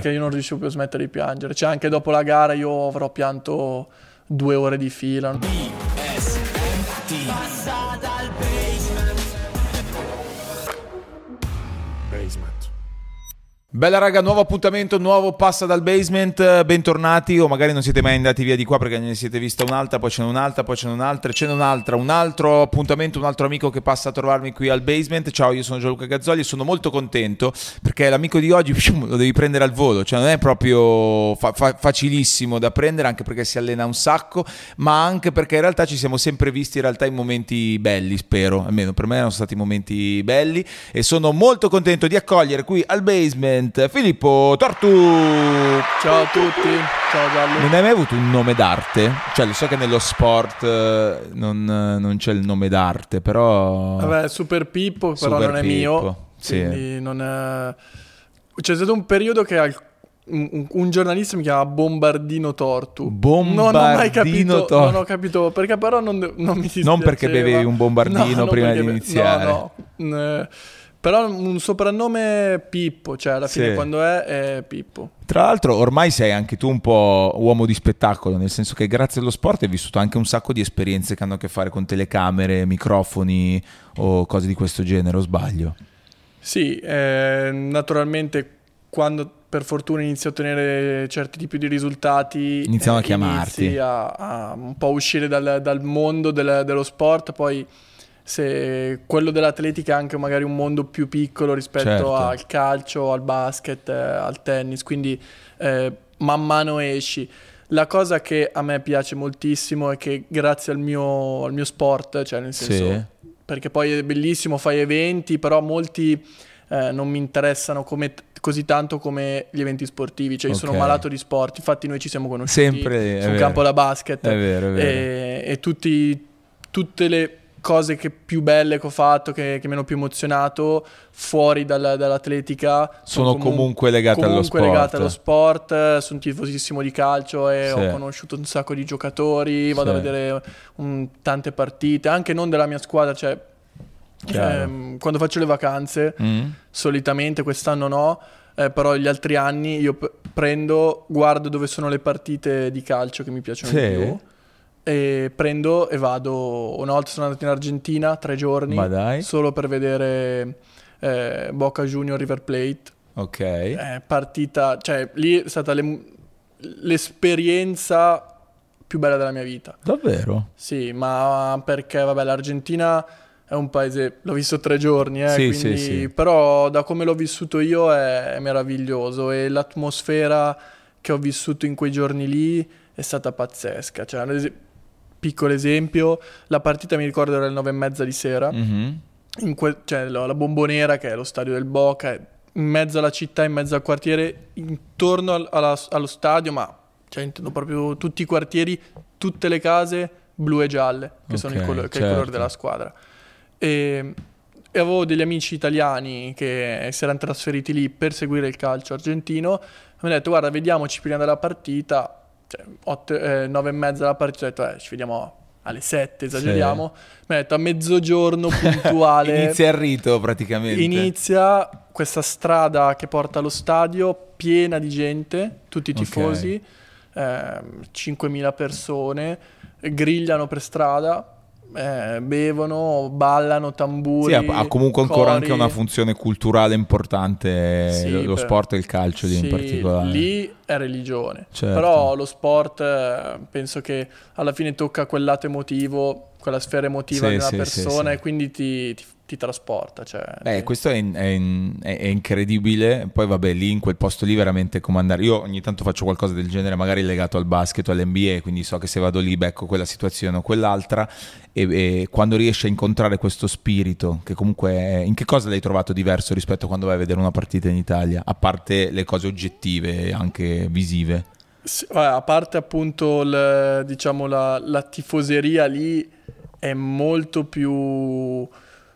perché io non riuscivo più a smettere di piangere. Cioè anche dopo la gara io avrò pianto 2 ore di fila. Passa dal basement. Bella raga, nuovo appuntamento, nuovo Passa dal Basement, bentornati, o magari non siete mai andati via di qua perché ne siete vista un'altra, poi ce n'è un'altra, poi ce n'è un'altra, ce n'è un'altra, un altro appuntamento, un altro amico che passa a trovarmi qui al Basement. Ciao, io sono Gianluca Gazzoli e sono molto contento perché l'amico di oggi lo devi prendere al volo, cioè non è proprio facilissimo da prendere, anche perché si allena un sacco, ma anche perché in realtà ci siamo sempre visti in realtà in momenti belli, spero, almeno per me erano stati momenti belli, e sono molto contento di accogliere qui al Basement Filippo Tortu. Ciao a tutti, ciao Gianlu. Non hai mai avuto un nome d'arte? Cioè, lo so che nello sport non c'è il nome d'arte, però... Vabbè, Super Pippo, però Super non è Pippo, mio. sì. Quindi non è... C'è stato un periodo che un giornalista mi chiamava Bombardino Tortu. Bombardino non ho mai capito, Tortu. Non ho capito perché, però non mi dispiaceva. Non perché bevevi un bombardino non prima di perché iniziare. No. Però un soprannome Pippo, cioè alla fine Sì. quando è Pippo. Tra l'altro ormai sei anche tu un po' uomo di spettacolo, nel senso che grazie allo sport hai vissuto anche un sacco di esperienze che hanno a che fare con telecamere, microfoni o cose di questo genere, o sbaglio? Sì, naturalmente quando per fortuna inizi a ottenere certi tipi di risultati Iniziamo a chiamarti. inizi a un po' uscire dal mondo dello sport. Poi se quello dell'atletica è anche magari un mondo più piccolo rispetto Certo. al calcio, al basket, al tennis, quindi man mano esci. La cosa che a me piace moltissimo è che grazie al mio sport, cioè nel senso, Sì. perché poi è bellissimo, fai eventi, però molti non mi interessano così tanto come gli eventi sportivi, cioè io sono Ok. malato di sport, infatti noi ci siamo conosciuti Sempre, è su un vero. campo da basket. È vero, è vero. E tutte le cose più belle che ho fatto, che mi hanno più emozionato fuori dall'atletica Sono comunque legate allo sport. legate allo sport. Sono tifosissimo di calcio e Sì. ho conosciuto un sacco di giocatori, vado Sì. a vedere tante partite, anche non della mia squadra, cioè Chiaro. quando faccio le vacanze, solitamente, quest'anno no, però gli altri anni io guardo dove sono le partite di calcio che mi piacciono Sì. di più. E prendo e vado. Una volta sono andato in Argentina 3 giorni Ma dai. solo per vedere Boca Junior River Plate. Ok. Partita, cioè lì è stata l'esperienza più bella della mia vita. Davvero? Sì, ma perché vabbè, l'Argentina è un paese, l'ho visto 3 giorni, Sì, quindi, sì. però da come l'ho vissuto io è meraviglioso, e l'atmosfera che ho vissuto in quei giorni lì è stata pazzesca. Cioè, piccolo esempio, la partita mi ricordo era alle 9:30 di sera, Mhm. cioè la Bombonera, che è lo stadio del Boca, è in mezzo alla città, in mezzo al quartiere, intorno allo stadio, ma cioè, intendo proprio tutti i quartieri, tutte le case blu e gialle, che sono Ok, che è il certo. colore della squadra. E avevo degli amici italiani che si erano trasferiti lì per seguire il calcio argentino. Mi hanno detto: guarda, vediamoci prima della partita, cioè 9:30 la partita. Ho detto ci vediamo alle 7, esageriamo. Mi ha detto a mezzogiorno puntuale Inizia il rito praticamente. inizia questa strada che porta allo stadio piena di gente, tutti i Ok. tifosi, 5.000 persone, grigliano per strada, bevono, ballano, tamburi, Sì, ha comunque ancora cori. anche una funzione culturale importante, Sì, lo sport e il calcio lì in sì, particolare. lì è religione. Certo. Però lo sport penso che alla fine tocca quel lato emotivo, quella sfera emotiva Sì, di una sì, persona, sì. e quindi ti trasporta. Cioè, Questo è incredibile. Poi vabbè, lì in quel posto lì veramente comandare. Io ogni tanto faccio qualcosa del genere, magari legato al basket o all'NBA, quindi so che se vado lì becco quella situazione o quell'altra, e quando riesci a incontrare questo spirito, che comunque in che cosa l'hai trovato diverso rispetto a quando vai a vedere una partita in Italia, a parte le cose oggettive, anche visive? Sì, a parte appunto diciamo la tifoseria lì è molto più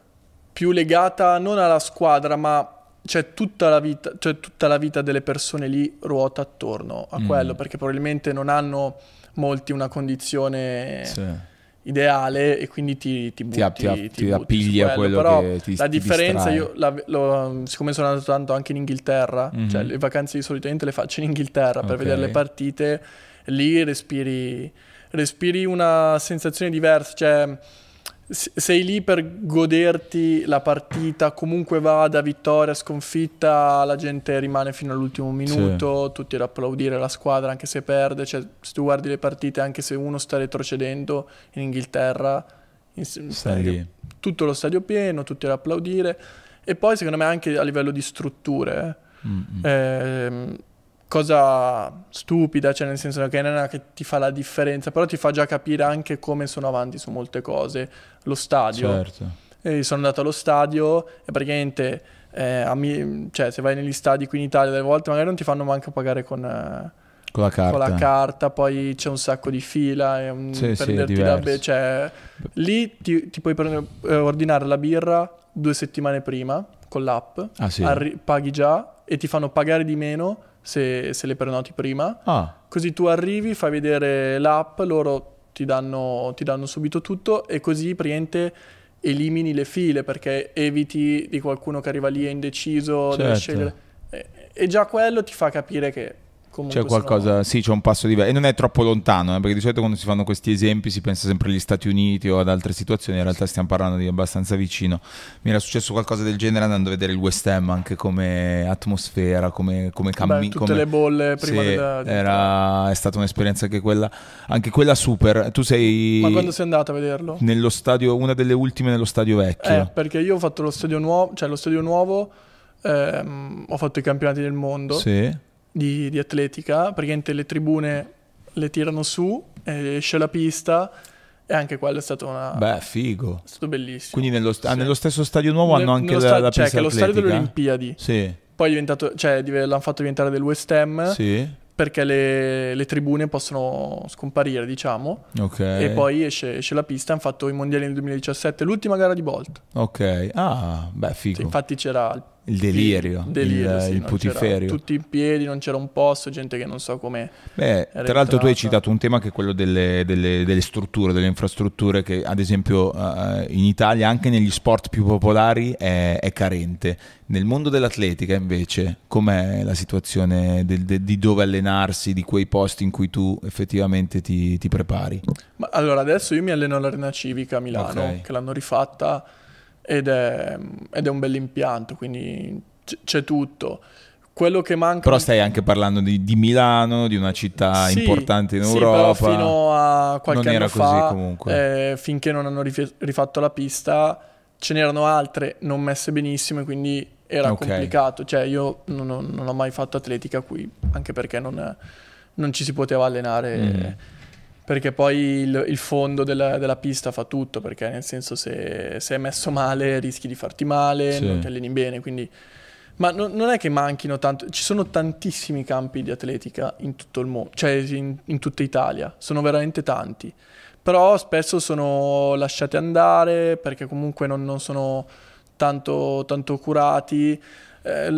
legata non alla squadra, ma cioè tutta la vita delle persone lì ruota attorno a quello, perché probabilmente non hanno molti una condizione ideale e quindi ti butti, ti butti appigli su a quello però che ti la differenza distrae. siccome sono andato tanto anche in Inghilterra, cioè le vacanze di solitamente le faccio in Inghilterra per Ok. vedere le partite, lì respiri una sensazione diversa, cioè sei lì per goderti la partita, comunque vada, vittoria, sconfitta, la gente rimane fino all'ultimo minuto, tutti ad applaudire la squadra anche se perde, cioè se tu guardi le partite anche se uno sta retrocedendo in Inghilterra, Stai lì. tutto lo stadio pieno, tutti ad applaudire e poi secondo me anche a livello di strutture, cosa stupida, cioè nel senso che non è che ti fa la differenza, però ti fa già capire anche come sono avanti su molte cose. Lo stadio, Certo. sono andato allo stadio e praticamente cioè, se vai negli stadi qui in Italia delle volte magari non ti fanno manco pagare con Con la carta. la carta, poi c'è un sacco di fila, Sì, sì, perderti diverso. cioè, lì ti puoi ordinare la birra 2 settimane prima con l'app, Ah, sì? paghi già e ti fanno pagare di meno se le prenoti prima, Ah, così tu arrivi, fai vedere l'app, loro ti danno subito tutto e così praticamente elimini le file perché eviti di qualcuno che arriva lì è indeciso, deve Certo. scegliere. E già quello ti fa capire che comunque c'è qualcosa, sì, c'è un passo diverso e non è troppo lontano, perché di solito quando si fanno questi esempi si pensa sempre agli Stati Uniti o ad altre situazioni, in realtà stiamo parlando di abbastanza vicino. Mi era successo qualcosa del genere andando a vedere il West Ham, anche come atmosfera, come cammino, tutte le bolle prima sì, è stata un'esperienza anche quella super. Tu sei Ma quando sei andato a vederlo? nello stadio, una delle ultime nello stadio vecchio. Perché io ho fatto lo stadio nuovo, cioè lo stadio nuovo, ho fatto i campionati del mondo Sì. di atletica, praticamente le tribune le tirano su, esce la pista e anche quello è stato Beh, figo. è stato bellissimo. Quindi nello Sì. stesso stadio nuovo hanno anche Nello la cioè pista che è lo stadio delle atletica? Olimpiadi. Sì. Poi è diventato, cioè l'hanno fatto diventare del West Ham Sì. perché le tribune possono scomparire, diciamo. Ok. E poi esce la pista, hanno fatto i mondiali nel 2017, l'ultima gara di Bolt. Ok. Ah, beh, figo. Sì, infatti c'era Il delirio, sì, il non putiferio. c'era tutti in piedi, non c'era un posto, gente che non so come. Beh, era tra l'altro tu hai entrata. citato un tema che è quello delle strutture, delle infrastrutture che ad esempio in Italia anche negli sport più popolari è carente. Nel mondo dell'atletica invece com'è la situazione di dove allenarsi, di quei posti in cui tu effettivamente ti prepari? Ma allora adesso io mi alleno all'Arena Civica a Milano, Ok. che l'hanno rifatta ed è un bell'impianto, quindi c'è tutto. Quello che manca. Però stai anche parlando di Milano, di una città Sì, importante in sì, Europa. però fino a qualche Non era anno così fa, comunque. finché non hanno rifatto la pista, ce n'erano altre non messe benissimo e quindi era Ok. complicato. Cioè io non ho mai fatto atletica qui, anche perché non ci si poteva allenare. Perché poi il fondo della pista fa tutto, perché nel senso se è messo male rischi di farti male, Sì. non ti alleni bene, quindi. Ma non è che manchino tanto, ci sono tantissimi campi di atletica in tutto il mondo, cioè in tutta Italia, sono veramente tanti, però spesso sono lasciati andare perché comunque non sono tanto curati e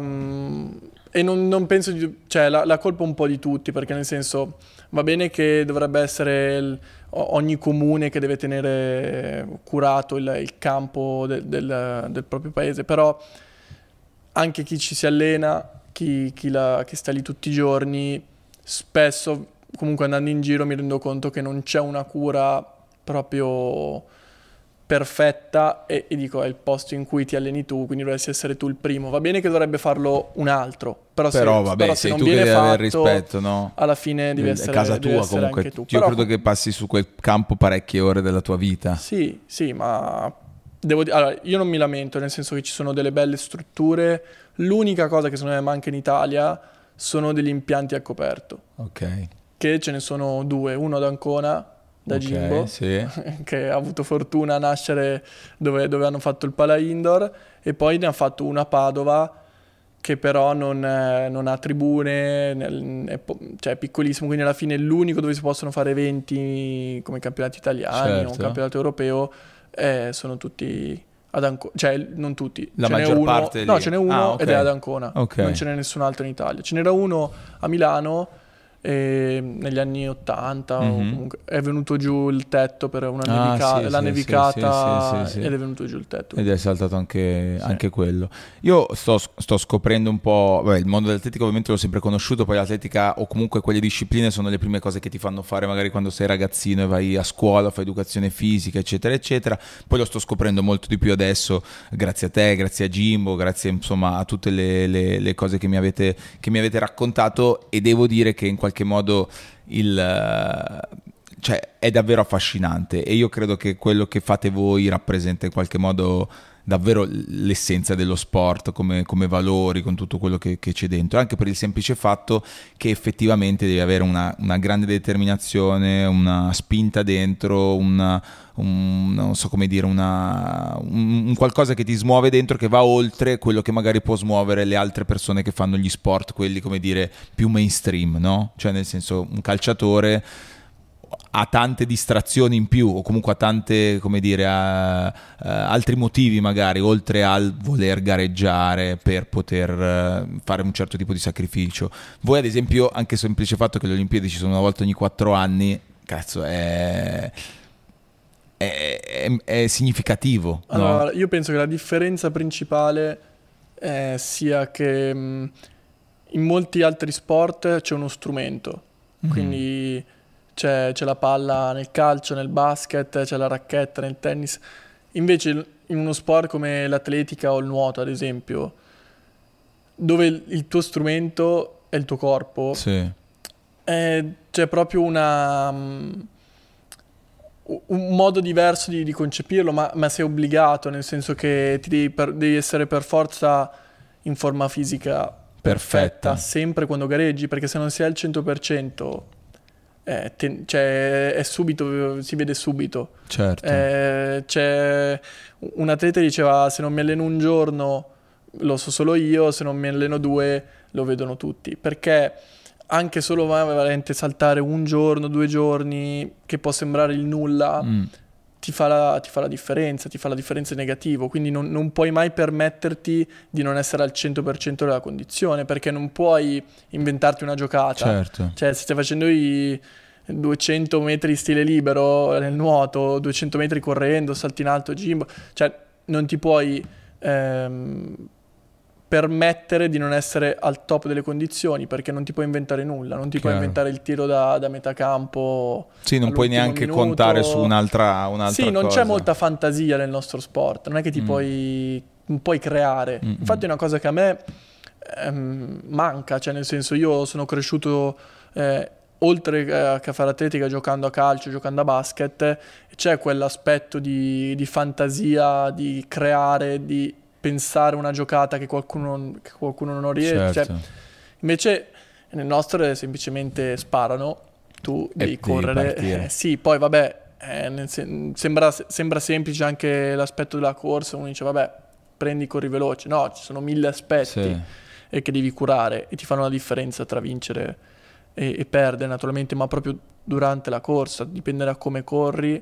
non penso cioè la colpa è un po' di tutti, perché nel senso va bene che dovrebbe essere ogni comune che deve tenere curato il campo del proprio paese, però anche chi ci si allena, chi sta lì tutti i giorni, spesso comunque andando in giro mi rendo conto che non c'è una cura proprio perfetta e dico è il posto in cui ti alleni tu, quindi dovresti essere tu il primo. Va bene che dovrebbe farlo un altro, però Vabbè, però se sei non tu che viene devi fatto, avere rispetto, no? alla fine devi È essere casa devi tua essere comunque. anche tu. Io Però credo che passi su quel campo parecchie ore della tua vita. sì, ma allora, io non mi lamento, nel senso che ci sono delle belle strutture. L'unica cosa che secondo me manca in Italia sono degli impianti a coperto, Ok. che ce ne sono 2, uno ad Ancona, da Ok, Jimbo, sì. che ha avuto fortuna a nascere dove hanno fatto il Pala Indoor, e poi ne ha fatto una a Padova, che però non ha tribune, cioè è piccolissimo, quindi alla fine è l'unico dove si possono fare eventi come campionati italiani o un Certo. campionato europeo, sono tutti ad Ancona, cioè non tutti, La ce n'è maggior uno, parte lì. no ce n'è uno Ah, ok. ed è ad Ancona, Ok. non ce n'è nessun altro in Italia, ce n'era uno a Milano negli anni 80 o Mhm. comunque è venuto giù il tetto per una Sì, la sì, nevicata, sì. ed è venuto giù il tetto. Ed è saltato anche, Sì. anche quello. Io sto scoprendo un po', vabbè, il mondo dell'atletica ovviamente l'ho sempre conosciuto, poi l'atletica o comunque quelle discipline sono le prime cose che ti fanno fare magari quando sei ragazzino e vai a scuola, fai educazione fisica, eccetera, eccetera. Poi lo sto scoprendo molto di più adesso, grazie a te, grazie a Jimbo, grazie insomma a tutte le cose che mi avete raccontato, e devo dire che in qualche modo cioè, è davvero affascinante, e io credo che quello che fate voi rappresenta in qualche modo davvero l'essenza dello sport come valori, con tutto quello che c'è dentro, anche per il semplice fatto che effettivamente devi avere una grande determinazione, una spinta dentro, non so come dire, un qualcosa che ti smuove dentro, che va oltre quello che magari può smuovere le altre persone che fanno gli sport, quelli, come dire, più mainstream, no? Cioè, nel senso, un calciatore ha tante distrazioni in più, o comunque ha tante, come dire, altri motivi magari, oltre al voler gareggiare per poter fare un certo tipo di sacrificio. Voi ad esempio, anche il semplice fatto che le Olimpiadi ci sono una volta ogni 4 anni, cazzo, è significativo, no? Allora, io penso che la differenza principale sia che in molti altri sport c'è uno strumento, quindi c'è la palla nel calcio, nel basket, c'è la racchetta nel tennis. Invece in uno sport come l'atletica o il nuoto, ad esempio, dove il tuo strumento è il tuo corpo, Sì, c'è proprio un modo diverso di concepirlo, ma sei obbligato, nel senso che devi essere per forza in forma fisica perfetta, sempre quando gareggi, perché se non sei al 100%, cioè, è subito, si vede subito. certo. C'è un atleta che diceva: se non mi alleno un giorno lo so solo io, se non mi alleno 2 lo vedono tutti, perché anche solo veramente saltare un giorno, 2 giorni, che può sembrare il nulla, ti fa la differenza, ti fa la differenza in negativo, quindi non puoi mai permetterti di non essere al 100% della condizione, perché non puoi inventarti una giocata. Certo. Cioè, se stai facendo i 200 metri stile libero nel nuoto, 200 metri correndo, salti in alto, Jimbo, cioè non ti puoi permettere di non essere al top delle condizioni, perché non ti puoi inventare nulla, non ti puoi Chiaro. inventare il tiro da metà campo. Sì, non puoi all'ultimo neanche minuto. contare su un'altra Sì, non cosa. c'è molta fantasia nel nostro sport, non è che non puoi creare. Infatti è una cosa che a me manca, cioè nel senso, io sono cresciuto oltre che a fare atletica giocando a calcio, giocando a basket, c'è quell'aspetto di fantasia, di creare, di pensare una giocata che qualcuno non riesce. Certo. Cioè, invece nel nostro è semplicemente sparano, tu devi devi correre. partire. Sì, poi vabbè, sembra semplice anche l'aspetto della corsa, uno dice vabbè, prendi, corri veloce. No, ci sono 1000 aspetti Sì. che devi curare e ti fanno la differenza tra vincere e perdere, naturalmente, ma proprio durante la corsa, dipende da come corri,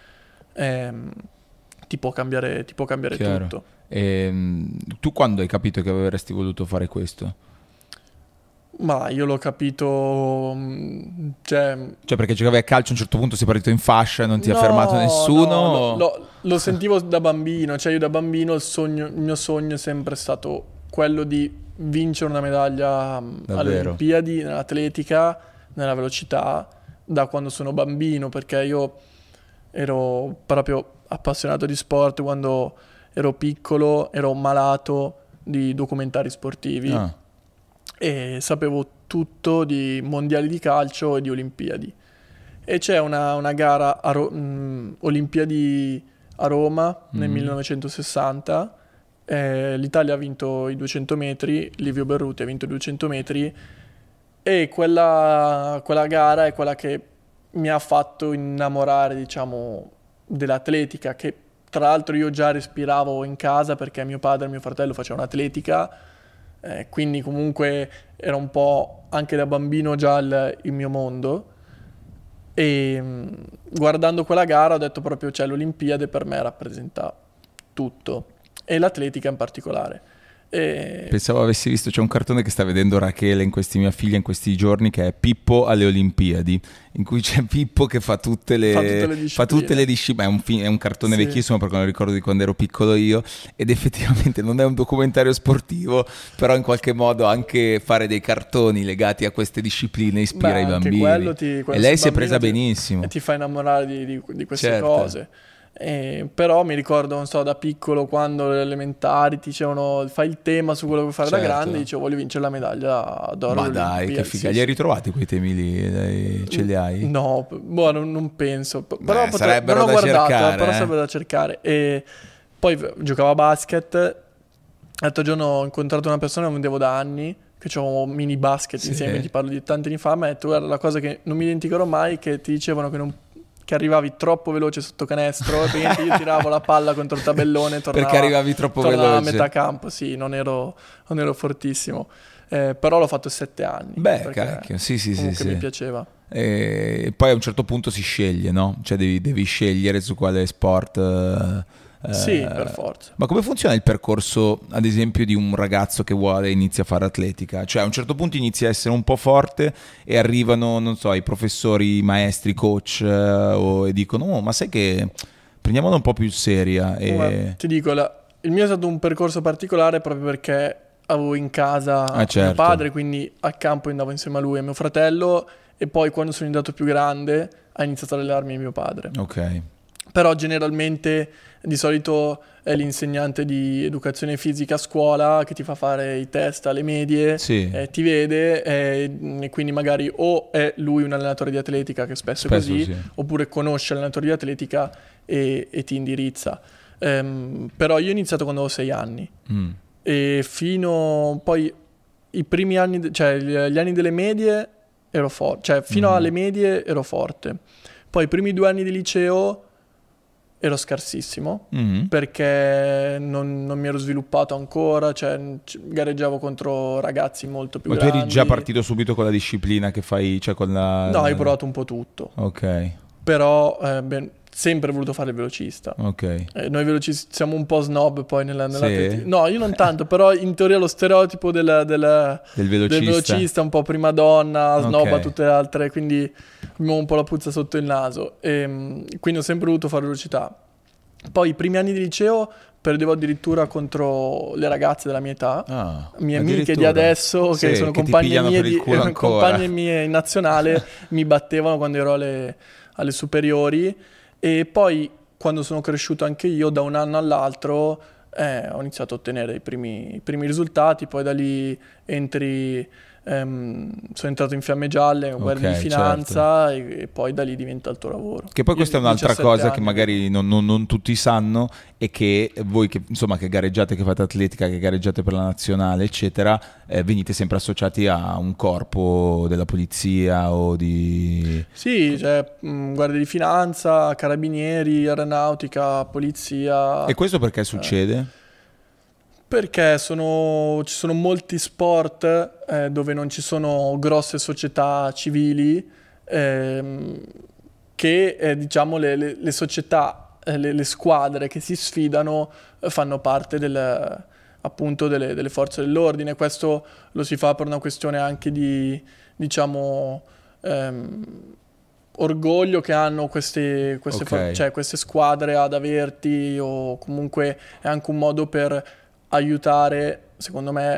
ti può cambiare Chiaro. tutto. Tu quando hai capito che avresti voluto fare questo? Ma io l'ho capito, cioè Perché giocavi a calcio, a un certo punto sei partito in fascia e non ti ha no, fermato nessuno? no, lo sentivo da bambino, cioè io da bambino il mio sogno è sempre stato quello di vincere una medaglia alle Davvero? Olimpiadi, nell'atletica, nella velocità, da quando sono bambino, perché io ero proprio appassionato di sport. Quando ero piccolo ero malato di documentari sportivi. Ah, E sapevo tutto di mondiali di calcio e di Olimpiadi. E c'è una gara Olimpiadi a Roma nel 1960. L'Italia ha vinto i 200 metri, Livio Berruti ha vinto i 200 metri, e quella gara è quella che mi ha fatto innamorare, diciamo, dell'atletica, che tra l'altro io già respiravo in casa perché mio padre e mio fratello facevano atletica. Quindi comunque era un po' anche da bambino già il mio mondo, e guardando quella gara ho detto proprio, cioè, l'Olimpiade per me rappresenta tutto, e l'atletica in particolare. Pensavo avessi visto, c'è un cartone che sta vedendo Rachele mia figlia in questi giorni, che è Pippo alle Olimpiadi, in cui c'è Pippo che fa tutte le discipline. È un cartone vecchissimo, perché me lo ricordo di quando ero piccolo io, ed effettivamente non è un documentario sportivo, però in qualche modo anche fare dei cartoni legati a queste discipline ispira i bambini. E lei si è presa benissimo. E ti fa innamorare di queste Certo. cose. Però mi ricordo, non so, da piccolo, quando le elementari ti dicevano fai il tema su quello che vuoi fare da Certo. grande, dicevo voglio vincere la medaglia d'oro. Ma dai, che figa. Li hai ritrovati quei temi lì? Ce li hai? No, boh, non penso. Però sarebbero non ho da guardato, cercare, però sarebbe da cercare. E poi giocavo a basket. L'altro giorno ho incontrato una persona che non vedevo da anni, che c'avevo mini basket Sì. insieme, ti parlo di tanti anni fa, mi ha detto guarda, la cosa che non mi dimenticherò mai è che ti dicevano che arrivavi troppo veloce sotto canestro, e praticamente io tiravo la palla contro il tabellone, Perché arrivavi troppo tornava veloce. a metà campo, sì, non ero fortissimo. Però l'ho fatto 7 anni. Beh, perché cacchio, sì. comunque mi piaceva. E poi a un certo punto si sceglie, no? Cioè devi scegliere su quale sport. Sì, per forza. Ma come funziona il percorso, ad esempio, di un ragazzo che inizia a fare atletica? Cioè a un certo punto inizia a essere un po' forte e arrivano, non so, i professori, i maestri, i coach e dicono ma sai che prendiamola un po' più seria. Guarda, ti dico, il mio è stato un percorso particolare proprio perché avevo in casa certo. mio padre, quindi al campo andavo insieme a lui e mio fratello, e poi quando sono diventato più grande ha iniziato ad allenarmi mio padre. Ok. Però generalmente di solito è l'insegnante di educazione fisica a scuola che ti fa fare i test alle medie, Sì. ti vede e quindi magari o è lui un allenatore di atletica, che spesso è così, sì. oppure conosce l'allenatore di atletica e ti indirizza. Però io ho iniziato quando avevo 6 anni e fino poi i primi anni, cioè gli anni delle medie ero forte, cioè fino alle medie ero forte. Poi i primi 2 anni di liceo ero scarsissimo perché non mi ero sviluppato ancora, cioè gareggiavo contro ragazzi molto più grandi. Ma tu eri già partito subito con la disciplina che fai, cioè con la... No, ho provato un po' tutto. Ok. Però sempre voluto fare il velocista. Ok. Noi velocisti siamo un po' snob poi nella Sì? No, io non tanto, però in teoria lo stereotipo del velocista un po' prima donna, snobba Ok. tutte le altre, quindi abbiamo un po' la puzza sotto il naso. Quindi ho sempre voluto fare velocità. Poi i primi anni di liceo perdevo addirittura contro le ragazze della mia età, mie amiche di adesso, che sono compagne mie in nazionale, mi battevano quando ero alle superiori. E poi quando sono cresciuto anche io, da un anno all'altro ho iniziato a ottenere i primi risultati. Poi da lì sono entrato in Fiamme Gialle, guardia di finanza, certo. e poi da lì diventa il tuo lavoro. Che poi questa è un'altra cosa anni, che magari non tutti sanno, e che voi che gareggiate, che fate atletica, che gareggiate per la nazionale, eccetera, venite sempre associati a un corpo della polizia o di... Sì, cioè guardia di finanza, carabinieri, aeronautica, polizia. E questo perché succede? Perché ci sono molti sport dove non ci sono grosse società civili, che diciamo le società, le squadre che si sfidano fanno parte appunto delle forze dell'ordine. Questo lo si fa per una questione anche di, diciamo, orgoglio che hanno queste squadre ad averti, o comunque è anche un modo per aiutare, secondo me,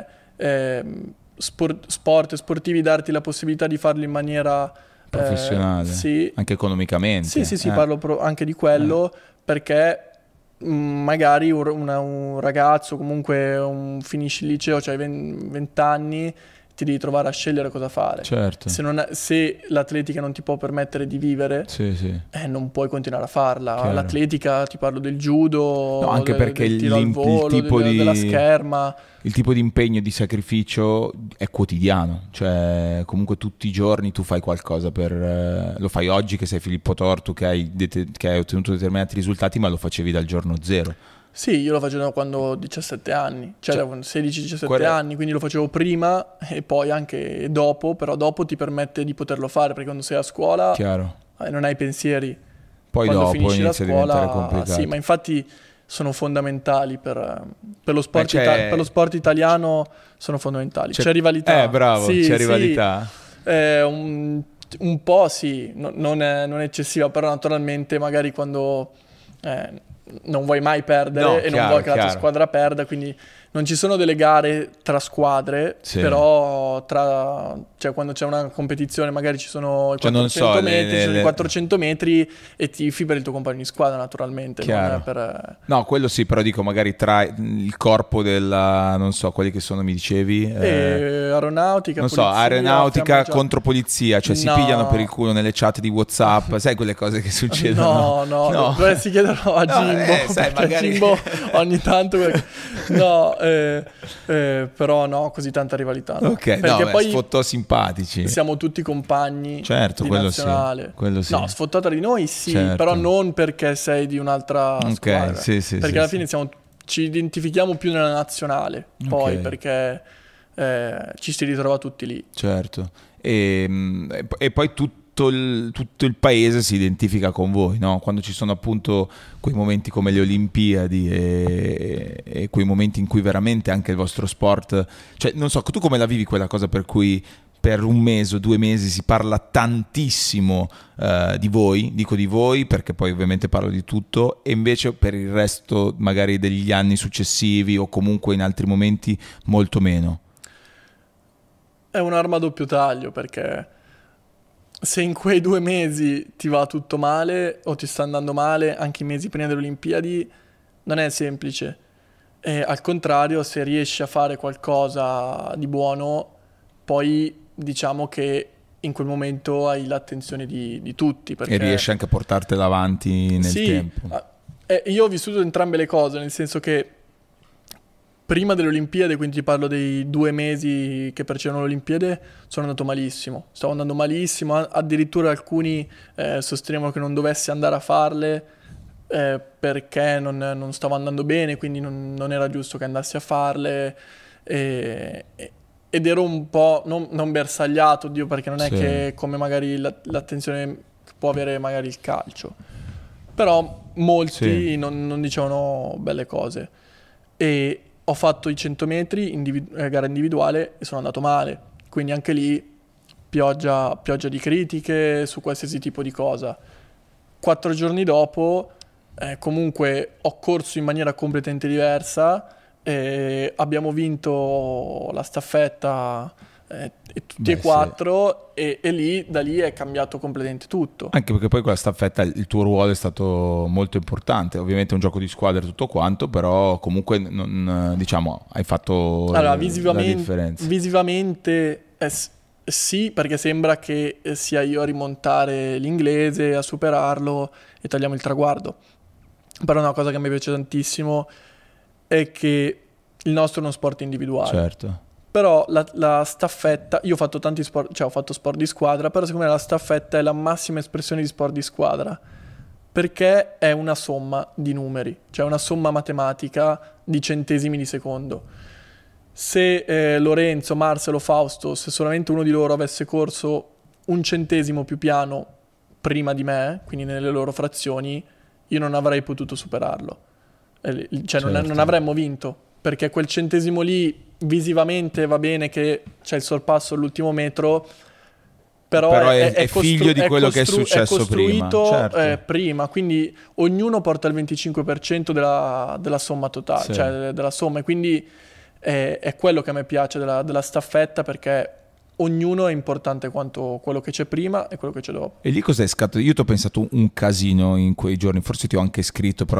sport e sportivi, darti la possibilità di farli in maniera professionale, sì. Anche economicamente. Sì, parlo anche di quello, perché magari un ragazzo, comunque finisci il liceo, cioè 20 anni, ti devi trovare a scegliere cosa fare. Certo. Se l'atletica non ti può permettere di vivere, non puoi continuare a farla. Chiaro. L'atletica, ti parlo del judo, no, anche perché del tiro al volo, della scherma. Il tipo di impegno e di sacrificio è quotidiano, cioè comunque tutti i giorni tu fai qualcosa lo fai oggi che sei Filippo Tortu, che hai ottenuto determinati risultati, ma lo facevi dal giorno zero. Sì, io lo facevo quando ho 17 anni, cioè 16-17 anni, quindi lo facevo prima e poi anche dopo, però dopo ti permette di poterlo fare, perché quando sei a scuola non hai pensieri. Poi quando dopo finisci la inizia a scuola, diventare complicato. sì, ma infatti sono fondamentali per lo sport, c'è- per lo sport italiano, sono fondamentali. C'è rivalità. Bravo, Sì, c'è sì. rivalità. Un po' sì, non è eccessiva, però naturalmente magari quando non vuoi mai perdere No, e non chiaro, vuoi che la tua chiaro. squadra perda, quindi non ci sono delle gare tra squadre, Sì. però cioè quando c'è una competizione magari ci sono i Cioè, non 400 so, metri, ci sono i le- 400 metri e tifi per il tuo compagno di squadra naturalmente, non Chiaro. è per... No, quello sì, però dico magari tra il corpo della, non so, quelli che sono, mi dicevi, aeronautica, non so, polizia, aeronautica fiamma gialla. contro polizia, cioè si No. pigliano per il culo nelle chat di WhatsApp, sai quelle cose che succedono? No, dovresti chiederlo a No, Jimbo, sai, perché magari- Jimbo ogni tanto... No, però no, così tanta rivalità. No. Ok, Perché no, beh, poi sfottò simpatici. siamo tutti compagni Certo, di quello sì, nazionale. quello sì. No, sfottò tra di noi sì, Certo. però non perché sei di un'altra Ok, squadra. sì, sì, Perché sì, alla sì. fine ci identifichiamo più nella nazionale, poi Ok. perché ci si ritrova tutti lì. Certo. E poi tutto il paese si identifica con voi, no? Quando ci sono appunto quei momenti come le Olimpiadi e quei momenti in cui veramente anche il vostro sport, cioè non so, tu come la vivi quella cosa per cui per un mese o 2 mesi si parla tantissimo di voi, dico di voi perché poi ovviamente parlo di tutto, e invece per il resto magari degli anni successivi o comunque in altri momenti molto meno? È un'arma a doppio taglio perché se in quei 2 mesi ti va tutto male o ti sta andando male, anche i mesi prima delle Olimpiadi, non è semplice. E al contrario, se riesci a fare qualcosa di buono, poi diciamo che in quel momento hai l'attenzione di tutti. Perché... E riesci anche a portartela avanti nel Sì, tempo. io ho vissuto entrambe le cose, nel senso che prima delle Olimpiadi, quindi ti parlo dei 2 mesi che precedono le Olimpiadi, sono andato malissimo. Stavo andando malissimo, addirittura alcuni sostenevano che non dovessi andare a farle perché non stavo andando bene, quindi non era giusto che andassi a farle. Ed ero un po' non bersagliato, oddio, perché non è Sì. che come magari l'attenzione che può avere magari il calcio. Però molti Sì. non dicevano belle cose. E ho fatto i 100 metri, gara individuale, e sono andato male. Quindi anche lì pioggia di critiche su qualsiasi tipo di cosa. 4 giorni dopo, comunque ho corso in maniera completamente diversa. Abbiamo vinto la staffetta e tutti Beh, e 4 e lì, da lì è cambiato completamente tutto. Anche perché poi con la staffetta il tuo ruolo è stato molto importante. Ovviamente è un gioco di squadra e tutto quanto, però comunque diciamo hai fatto Allora, la differenza. visivamente sì, perché sembra che sia io a rimontare l'inglese, a superarlo e tagliamo il traguardo. Però una cosa che mi piace tantissimo è che il nostro è uno sport individuale. Certo. Però la staffetta, io ho fatto tanti sport, cioè ho fatto sport di squadra, però secondo me la staffetta è la massima espressione di sport di squadra, perché è una somma di numeri, cioè una somma matematica di centesimi di secondo. Se Lorenzo, Marcelo, Fausto, se solamente uno di loro avesse corso un centesimo più piano prima di me, quindi nelle loro frazioni, io non avrei potuto superarlo. Cioè non Certo. avremmo vinto, perché quel centesimo lì visivamente va bene che c'è il sorpasso all'ultimo metro, però è figlio di quello che è successo prima. costruito Certo. prima, quindi ognuno porta il 25% della somma totale, Sì. cioè della somma, e quindi è quello che a me piace della staffetta, perché ognuno è importante quanto quello che c'è prima e quello che c'è dopo. E lì cos'è scattato? Io ti ho pensato un casino in quei giorni, forse ti ho anche scritto, però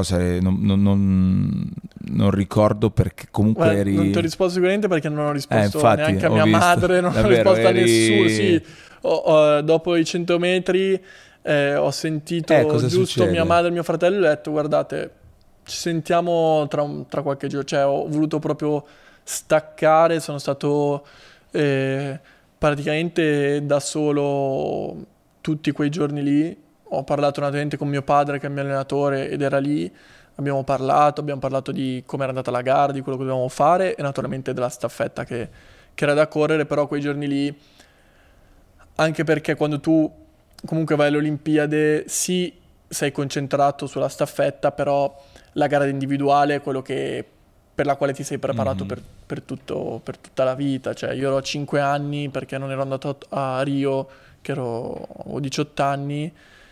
non ricordo perché comunque Guarda, eri... non ti ho risposto sicuramente perché non ho risposto infatti, neanche a ho mia visto. madre, non ho Davvero, risposto a eri- nessuno. Sì. Dopo i 100 metri ho sentito cosa giusto succede? mia madre e mio fratello, e ho detto guardate, ci sentiamo tra qualche giorno, cioè ho voluto proprio staccare, sono stato praticamente da solo tutti quei giorni lì. Ho parlato naturalmente con mio padre che è il mio allenatore ed era lì. Abbiamo parlato di come era andata la gara, di quello che dovevamo fare e naturalmente della staffetta che era da correre, però quei giorni lì, anche perché quando tu comunque vai alle Olimpiadi, sì, sei concentrato sulla staffetta, però la gara individuale è quello per la quale ti sei preparato per tutta la vita. Cioè, io ero a 5 anni perché non ero andato a Rio, che avevo 18 anni,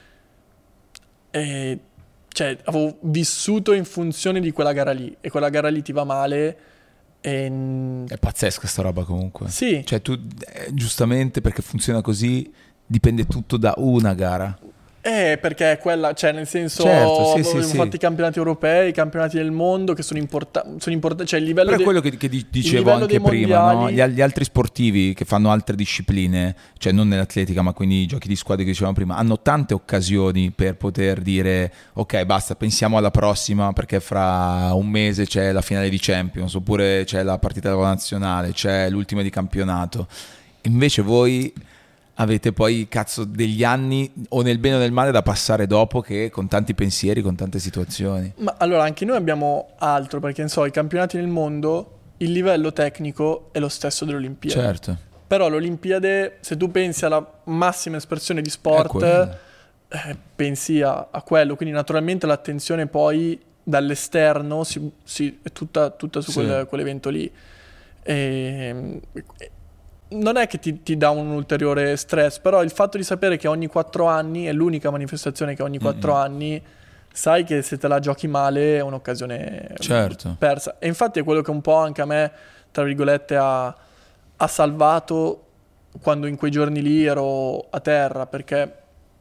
e cioè, avevo vissuto in funzione di quella gara lì, e quella gara lì ti va male. È pazzesca sta roba comunque. Sì. Cioè tu, giustamente, perché funziona così, dipende tutto da una gara. Perché è quella, cioè nel senso, Certo, sì, abbiamo sì. fatto i campionati europei, i campionati del mondo che sono importanti, cioè il livello Però è quello che dicevo livello anche dei prima, no? mondiali- Gli altri sportivi che fanno altre discipline, cioè non nell'atletica ma quindi i giochi di squadra che dicevamo prima, hanno tante occasioni per poter dire ok basta, pensiamo alla prossima perché fra un mese c'è la finale di Champions, oppure c'è la partita della nazionale, c'è l'ultima di campionato. Invece voi avete poi cazzo degli anni, o nel bene o nel male, da passare dopo, che con tanti pensieri, con tante situazioni. Ma allora anche noi abbiamo altro, perché non so, i campionati nel mondo, il livello tecnico è lo stesso delle Olimpiadi. Certo. Però l'Olimpiade, se tu pensi alla massima espressione di È sport, quello. pensi a quello. Quindi naturalmente l'attenzione poi dall'esterno è tutta su Sì. quell'evento lì. E non è che ti dà un ulteriore stress, però il fatto di sapere che ogni 4 anni è l'unica manifestazione che ogni 4 anni, sai che se te la giochi male è un'occasione Certo. persa. E infatti è quello che un po' anche a me, tra virgolette, ha salvato quando in quei giorni lì ero a terra, perché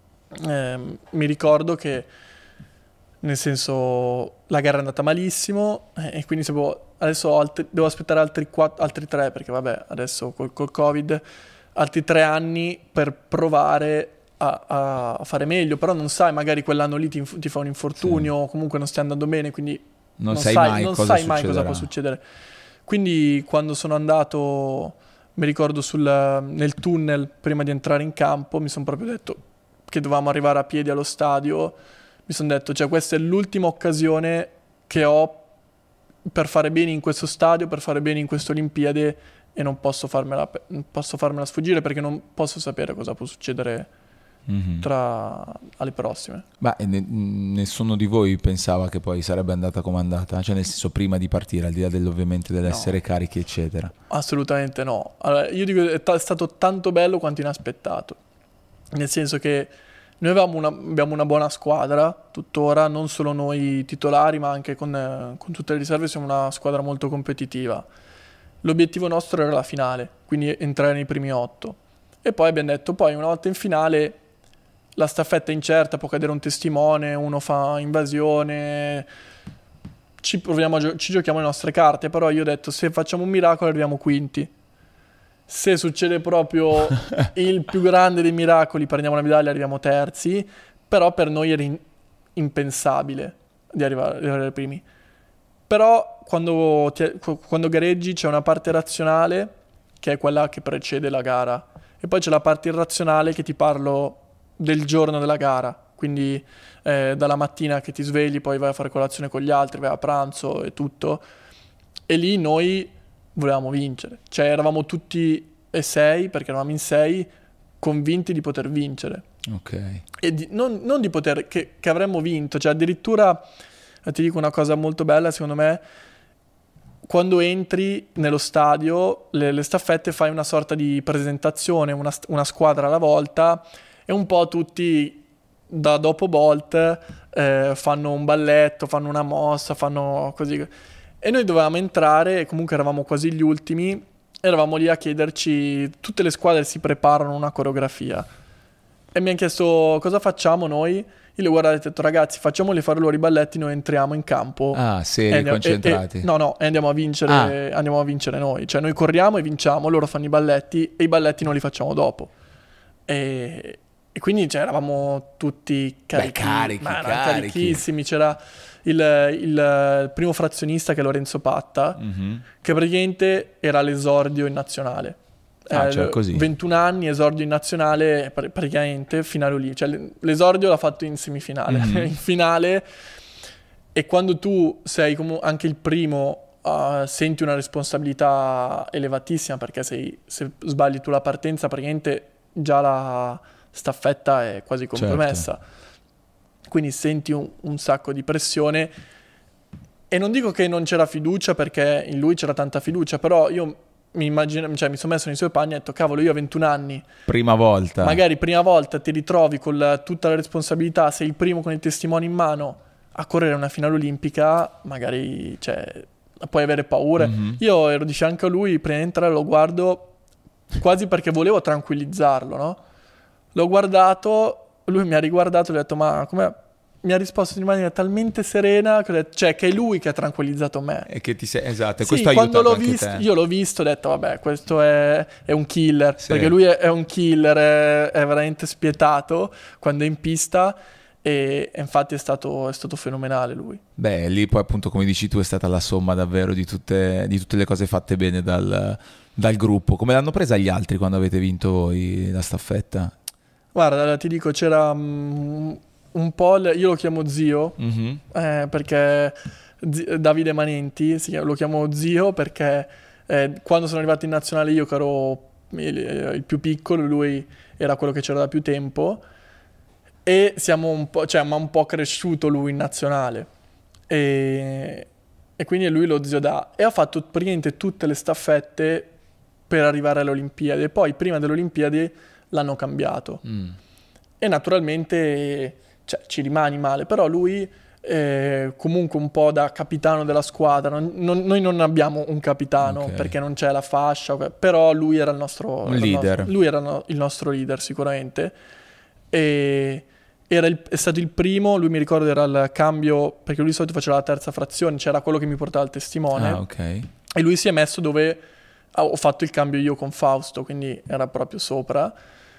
mi ricordo che, nel senso, la gara è andata malissimo, e quindi sapevo, adesso devo aspettare altri 3, perché vabbè, adesso col Covid, altri 3 anni per provare a fare meglio, però non sai, magari quell'anno lì ti fa un infortunio, o comunque non stai andando bene, quindi Non sai mai non cosa sai mai cosa succederà. può succedere. Quindi quando sono andato, mi ricordo nel tunnel prima di entrare in campo, mi sono proprio detto che dovevamo arrivare a piedi allo stadio. Mi sono detto, cioè, questa è l'ultima occasione che ho per fare bene in questo stadio, per fare bene in queste Olimpiadi, e non posso farmela sfuggire, perché non posso sapere cosa può succedere alle prossime. Ma nessuno di voi pensava che poi sarebbe andata come è andata? Cioè nel senso, prima di partire, al di là ovviamente dell'essere carichi eccetera. Assolutamente no. Allora, io dico, è stato tanto bello quanto inaspettato, nel senso che noi abbiamo una buona squadra tuttora, non solo noi titolari, ma anche con tutte le riserve siamo una squadra molto competitiva. L'obiettivo nostro era la finale, quindi entrare nei primi 8. E poi abbiamo detto, poi una volta in finale la staffetta è incerta, può cadere un testimone, uno fa invasione, ci giochiamo le nostre carte, però io ho detto, se facciamo un miracolo arriviamo quinti. Se succede proprio il più grande dei miracoli, prendiamo la medaglia, arriviamo terzi, però per noi era impensabile di arrivare primi. Però quando gareggi c'è una parte razionale, che è quella che precede la gara, e poi c'è la parte irrazionale, che ti parlo del giorno della gara, quindi dalla mattina che ti svegli, poi vai a fare colazione con gli altri, vai a pranzo e tutto, e lì noi volevamo vincere, cioè eravamo tutti e 6, perché eravamo in 6, convinti di poter vincere. Ok. E non di poter, che avremmo vinto, cioè addirittura, ti dico una cosa molto bella secondo me, quando entri nello stadio, le staffette, fai una sorta di presentazione, una squadra alla volta, e un po' tutti da dopo Bolt fanno un balletto, fanno una mossa, fanno così. E noi dovevamo entrare, e comunque eravamo quasi gli ultimi, eravamo lì a chiederci, tutte le squadre si preparano una coreografia. E mi hanno chiesto cosa facciamo noi. Io le ho guardato e ho detto, ragazzi, facciamoli fare loro i balletti, noi entriamo in campo. Ah, seri, concentrati. E andiamo a vincere noi. Cioè noi corriamo e vinciamo, loro fanno i balletti, e i balletti non li facciamo dopo. E quindi cioè, eravamo tutti carichissimi. C'era il primo frazionista, che è Lorenzo Patta, che praticamente era l'esordio in nazionale. Cioè così. 21 anni, esordio in nazionale, praticamente finale lì. Cioè l'esordio l'ha fatto in semifinale, in finale. E quando tu sei anche il primo, senti una responsabilità elevatissima, perché se sbagli tu la partenza, praticamente già la staffetta è quasi compromessa. Certo. quindi senti un sacco di pressione. E non dico che non c'era fiducia, perché in lui c'era tanta fiducia, però io mi sono messo nei suoi panni e ho detto, cavolo, io ho 21 anni. Prima volta. Magari prima volta ti ritrovi con tutta la responsabilità, sei il primo con il testimone in mano a correre una finale olimpica, magari puoi avere paura. Io ero di fianco a lui, prima di entrare lo guardo quasi perché volevo tranquillizzarlo, no? L'ho guardato, lui mi ha riguardato e ho detto, ma come... Mi ha risposto in maniera talmente serena che ho detto, che è lui che ha tranquillizzato me. E che ti sei... Esatto, e sì, questo ha quando aiutato l'ho anche visto, te. io l'ho visto e ho detto, vabbè, questo è un killer. Sì. Perché lui è un killer, è veramente spietato quando è in pista. E infatti è stato fenomenale lui. Beh, lì poi appunto, come dici tu, è stata la somma davvero di tutte le cose fatte bene dal gruppo. Come l'hanno presa gli altri quando avete vinto voi la staffetta? Guarda, ti dico, c'era un po', io lo chiamo zio, perché Davide Manenti, lo chiamo zio perché quando sono arrivato in nazionale io che ero il più piccolo, lui era quello che c'era da più tempo, e siamo un po', mi ha un po' cresciuto lui in nazionale, e quindi lui lo zio e ha fatto praticamente tutte le staffette per arrivare alle Olimpiadi, e poi prima delle Olimpiadi l'hanno cambiato. E naturalmente ci rimani male, però lui comunque un po' da capitano della squadra, noi non abbiamo un capitano, perché non c'è la fascia, però lui era il nostro leader. Lui era il nostro leader sicuramente, e è stato il primo. Lui, mi ricordo, era il cambio, perché lui di solito faceva la terza frazione, c'era quello che mi portava il testimone, e lui si è messo dove ho fatto il cambio io con Fausto, quindi era proprio sopra.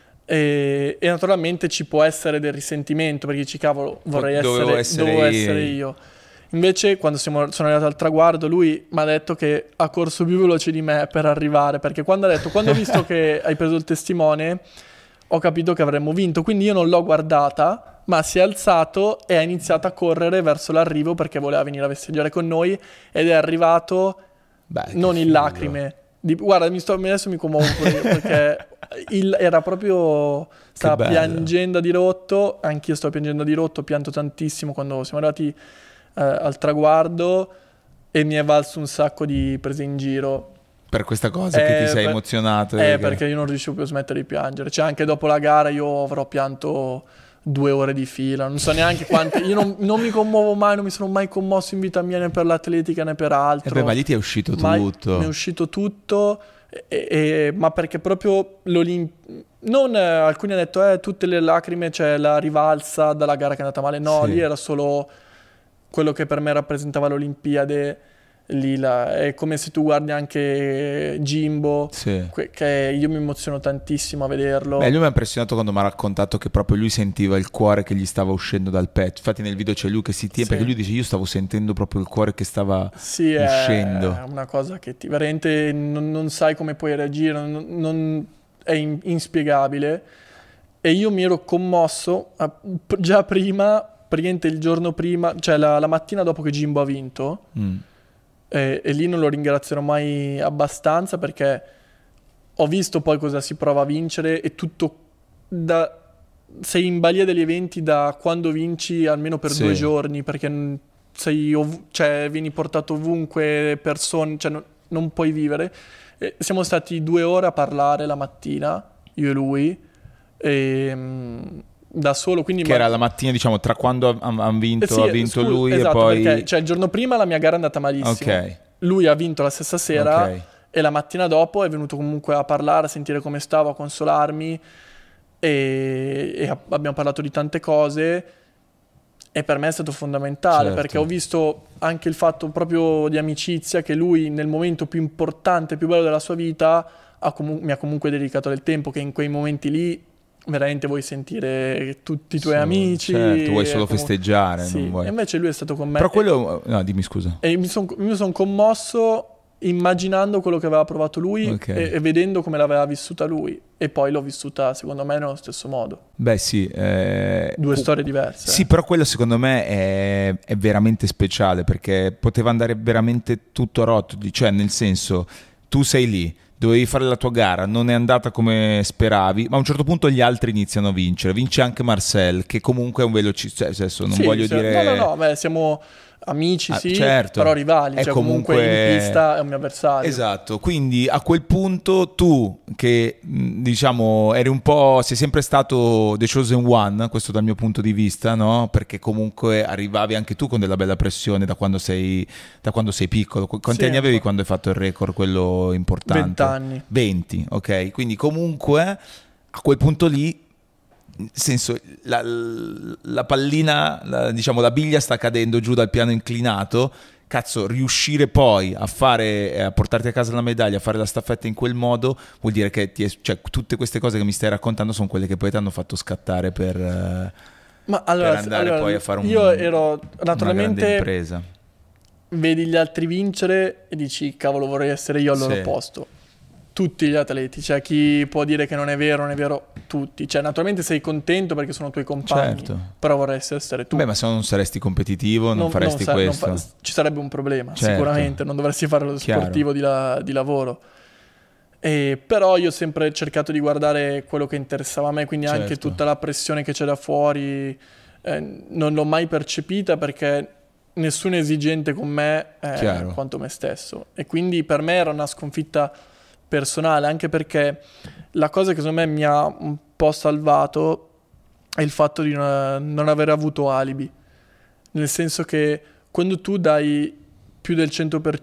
E naturalmente ci può essere del risentimento, perché dici, cavolo, dovevo essere io. Invece quando sono arrivato al traguardo, lui mi ha detto che ha corso più veloce di me per arrivare, perché quando ho visto che hai preso il testimone, ho capito che avremmo vinto, quindi io non l'ho guardata, ma si è alzato e ha iniziato a correre verso l'arrivo perché voleva venire a festeggiare con noi, ed è arrivato non in lacrime. Guarda, adesso mi commuovo io, perché era proprio, stava piangendo a dirotto, anch'io sto piangendo a dirotto, ho pianto tantissimo quando siamo arrivati al traguardo, e mi è valso un sacco di prese in giro. Per questa cosa che ti sei emozionato? Perché io non riuscivo più a smettere di piangere, anche dopo la gara io avrò pianto 2 ore di fila, non so neanche quante. Io non mi commuovo mai, non mi sono mai commosso in vita mia, né per l'atletica né per altro. Ma lì ti è uscito tutto. Mi è uscito tutto, ma perché proprio non alcuni hanno detto tutte le lacrime, la rivalsa dalla gara che è andata male. No, lì era solo quello che per me rappresentava l'Olimpiade. Lì è come se tu guardi anche Jimbo, che io mi emoziono tantissimo a vederlo. Lui mi ha impressionato quando mi ha raccontato che proprio lui sentiva il cuore che gli stava uscendo dal petto. Infatti nel video c'è lui che si tiene, perché lui dice, io stavo sentendo proprio il cuore che stava uscendo. È una cosa che veramente non sai come puoi reagire, è inspiegabile. E io mi ero commosso già prima, praticamente il giorno prima, la mattina dopo che Jimbo ha vinto. E lì non lo ringrazierò mai abbastanza, perché ho visto poi cosa si prova a vincere, e tutto sei in balia degli eventi da quando vinci almeno per 2 giorni, perché vieni portato ovunque, persone, non puoi vivere. E siamo stati 2 ore a parlare la mattina, io e lui, da solo, quindi era la mattina, diciamo, tra quando ha vinto lui, esatto, e poi perché il giorno prima la mia gara è andata malissimo, lui ha vinto la stessa sera, e la mattina dopo è venuto comunque a parlare, a sentire come stavo, a consolarmi, e abbiamo parlato di tante cose, e per me è stato fondamentale, perché ho visto anche il fatto proprio di amicizia, che lui nel momento più importante, più bello della sua vita mi ha comunque dedicato del tempo, che in quei momenti lì veramente vuoi sentire tutti i tuoi amici, tu vuoi solo festeggiare, non vuoi. E invece lui è stato con me, però quello dimmi scusa, e mi son commosso immaginando quello che aveva provato lui, e vedendo come l'aveva vissuta lui, e poi l'ho vissuta secondo me nello stesso modo. 2 storie diverse. Sì, però quello secondo me è veramente speciale, perché poteva andare veramente tutto a rotoli, nel senso, tu sei lì, dovevi fare la tua gara, non è andata come speravi, ma a un certo punto gli altri iniziano a vincere. Vince anche Marcel, che comunque è un velocista, cioè, adesso non voglio dire... No, beh, siamo amici, sì, certo. però rivali, È cioè comunque in pista è un mio avversario. Esatto, quindi a quel punto tu, che diciamo eri un po', sei sempre stato the chosen one, questo dal mio punto di vista, no? Perché comunque arrivavi anche tu con della bella pressione da quando sei piccolo. Quanti anni avevi quando hai fatto il record, quello importante? 20 anni. 20, ok, quindi comunque a quel punto lì, nel senso, la pallina, diciamo la biglia sta cadendo giù dal piano inclinato. Cazzo, riuscire poi a portarti a casa la medaglia, a fare la staffetta in quel modo, vuol dire che cioè, tutte queste cose che mi stai raccontando sono quelle che poi ti hanno fatto scattare per andare poi a fare io ero una grande impresa. Vedi gli altri vincere e dici cavolo, vorrei essere io al loro posto. Tutti gli atleti, cioè chi può dire che non è vero, tutti. Cioè naturalmente sei contento perché sono tuoi compagni, certo, però vorresti essere tu. Beh, ma se non saresti competitivo non faresti questo. Ci sarebbe un problema, certo, sicuramente, non dovresti fare lo sportivo di lavoro. Però io ho sempre cercato di guardare quello che interessava a me, quindi certo, anche tutta la pressione che c'è da fuori non l'ho mai percepita perché nessuno è esigente con me quanto me stesso. E quindi per me era una sconfitta personale, anche perché la cosa che secondo me mi ha un po' salvato è il fatto di non aver avuto alibi, nel senso che quando tu dai più del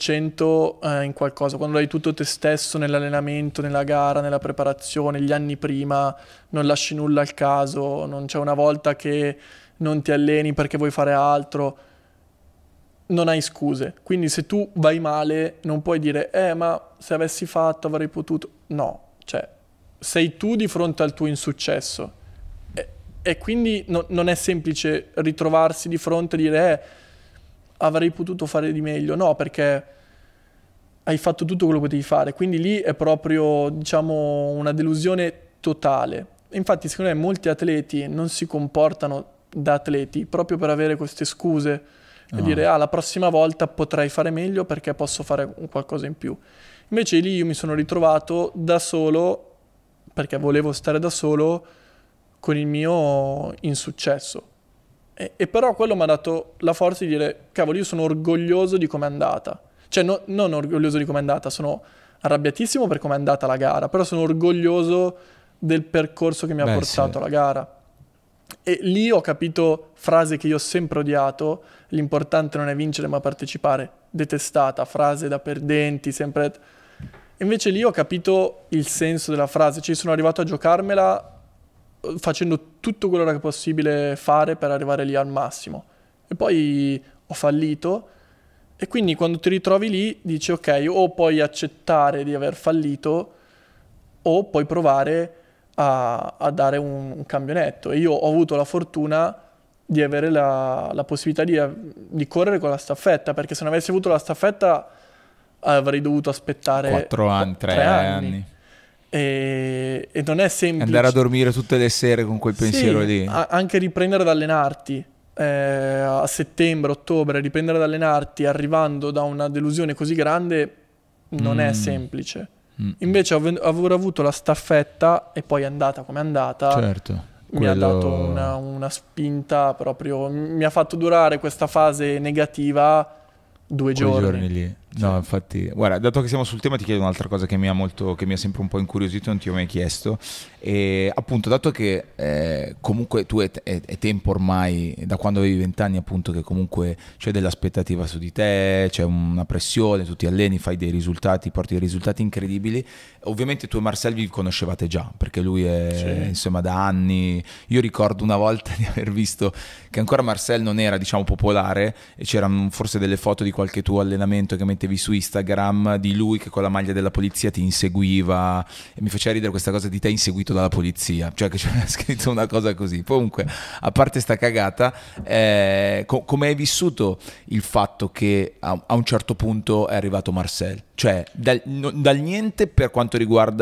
100% in qualcosa, quando dai tutto te stesso nell'allenamento, nella gara, nella preparazione, gli anni prima, non lasci nulla al caso, non c'è una volta che non ti alleni perché vuoi fare altro, non hai scuse. Quindi se tu vai male non puoi dire ma se avessi fatto avrei potuto. No, cioè sei tu di fronte al tuo insuccesso e quindi non è semplice ritrovarsi di fronte e dire avrei potuto fare di meglio. No, perché hai fatto tutto quello che potevi fare, quindi lì è proprio, diciamo, una delusione totale. Infatti secondo me molti atleti non si comportano da atleti proprio per avere queste scuse e dire la prossima volta potrei fare meglio perché posso fare qualcosa in più. Invece lì io mi sono ritrovato da solo perché volevo stare da solo con il mio insuccesso e però quello mi ha dato la forza di dire cavolo, io sono orgoglioso di come è andata, cioè non orgoglioso di come è andata, sono arrabbiatissimo per come è andata la gara, però sono orgoglioso del percorso che mi ha portato alla gara. E lì ho capito frase che io ho sempre odiato: l'importante non è vincere ma partecipare. Detestata, frase da perdenti, sempre. Invece lì ho capito il senso della frase, cioè sono arrivato a giocarmela facendo tutto quello che era possibile fare per arrivare lì al massimo. E poi ho fallito e quindi quando ti ritrovi lì dici ok, o puoi accettare di aver fallito o puoi provare a dare un cambio netto. E io ho avuto la fortuna di avere la possibilità di correre con la staffetta, perché se non avessi avuto la staffetta avrei dovuto aspettare 4 anni, 3 anni. E non è semplice andare a dormire tutte le sere con quel pensiero lì. Anche riprendere ad allenarti a settembre, ottobre, riprendere ad allenarti arrivando da una delusione così grande non è semplice. Invece aver avuto la staffetta e poi è andata come è andata, certo, mi ha dato una spinta proprio, mi ha fatto durare questa fase negativa 2 giorni lì. No, infatti, guarda, dato che siamo sul tema ti chiedo un'altra cosa che mi ha sempre un po' incuriosito e non ti ho mai chiesto. E appunto, dato che comunque tu è tempo ormai, da quando avevi 20 anni appunto, che comunque c'è dell'aspettativa su di te, c'è una pressione, tu ti alleni, fai dei risultati, porti dei risultati incredibili. Ovviamente tu e Marcel vi conoscevate già, perché lui è insomma da anni. Io ricordo una volta di aver visto che ancora Marcel non era, diciamo, popolare e c'erano forse delle foto di qualche tuo allenamento che mettevi su Instagram di lui che con la maglia della polizia ti inseguiva e mi faceva ridere questa cosa di te inseguito dalla polizia, cioè che c'era scritto una cosa così. Comunque, a parte sta cagata, come hai vissuto il fatto che a un certo punto è arrivato Marcel? Cioè dal niente per quanto riguarda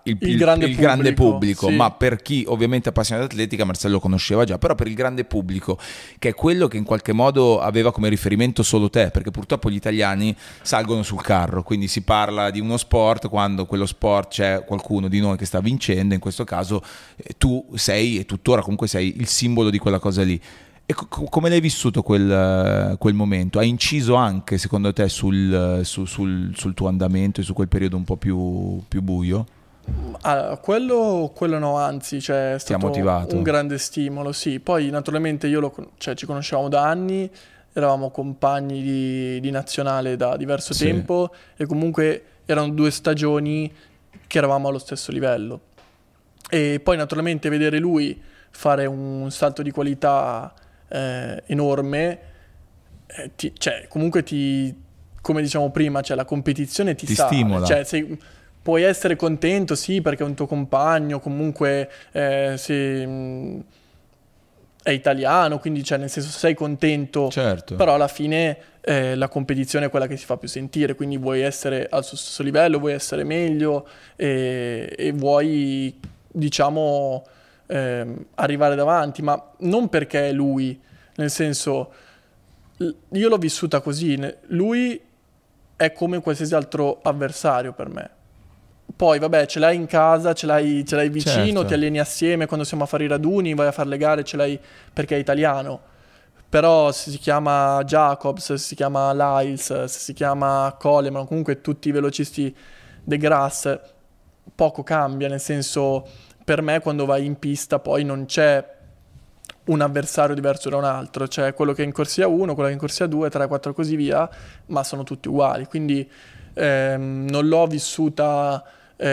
Il grande il grande pubblico, pubblico, sì. ma per chi ovviamente è appassionato di atletica Marcello conosceva già, però per il grande pubblico, che è quello che in qualche modo aveva come riferimento solo te, perché purtroppo gli italiani salgono sul carro, quindi si parla di uno sport quando quello sport c'è qualcuno di noi che sta vincendo, in questo caso tu sei e tuttora comunque sei il simbolo di quella cosa lì. E come l'hai vissuto quel momento? Ha inciso anche secondo te sul tuo andamento e su quel periodo un po' più buio? Ah, quello no, anzi, cioè, è Ti ha stato motivato? un grande stimolo, sì. Poi naturalmente cioè, ci conoscevamo da anni, eravamo compagni di nazionale da diverso Sì. tempo e comunque erano 2 stagioni che eravamo allo stesso livello. E poi naturalmente vedere lui fare un salto di qualità enorme, cioè comunque come diciamo prima, cioè la competizione ti Ti sale, stimola. cioè puoi essere contento, sì, perché è un tuo compagno, comunque è italiano, quindi cioè, nel senso sei contento, Certo. però alla fine la competizione è quella che si fa più sentire, quindi vuoi essere al suo stesso livello, vuoi essere meglio e vuoi, diciamo, arrivare davanti, ma non perché è lui, nel senso, io l'ho vissuta così, lui è come qualsiasi altro avversario per me. Poi vabbè, ce l'hai in casa, ce l'hai vicino, Certo. ti alleni assieme, quando siamo a fare i raduni, vai a fare le gare, ce l'hai perché è italiano. Però se si chiama Jacobs, se si chiama Lyles, se si chiama Coleman, comunque tutti i velocisti de Grasse, poco cambia, nel senso, per me quando vai in pista poi non c'è un avversario diverso da un altro, c'è quello che è in corsia 1, quello che è in corsia 2, 3, 4 così via, ma sono tutti uguali, quindi non l'ho vissuta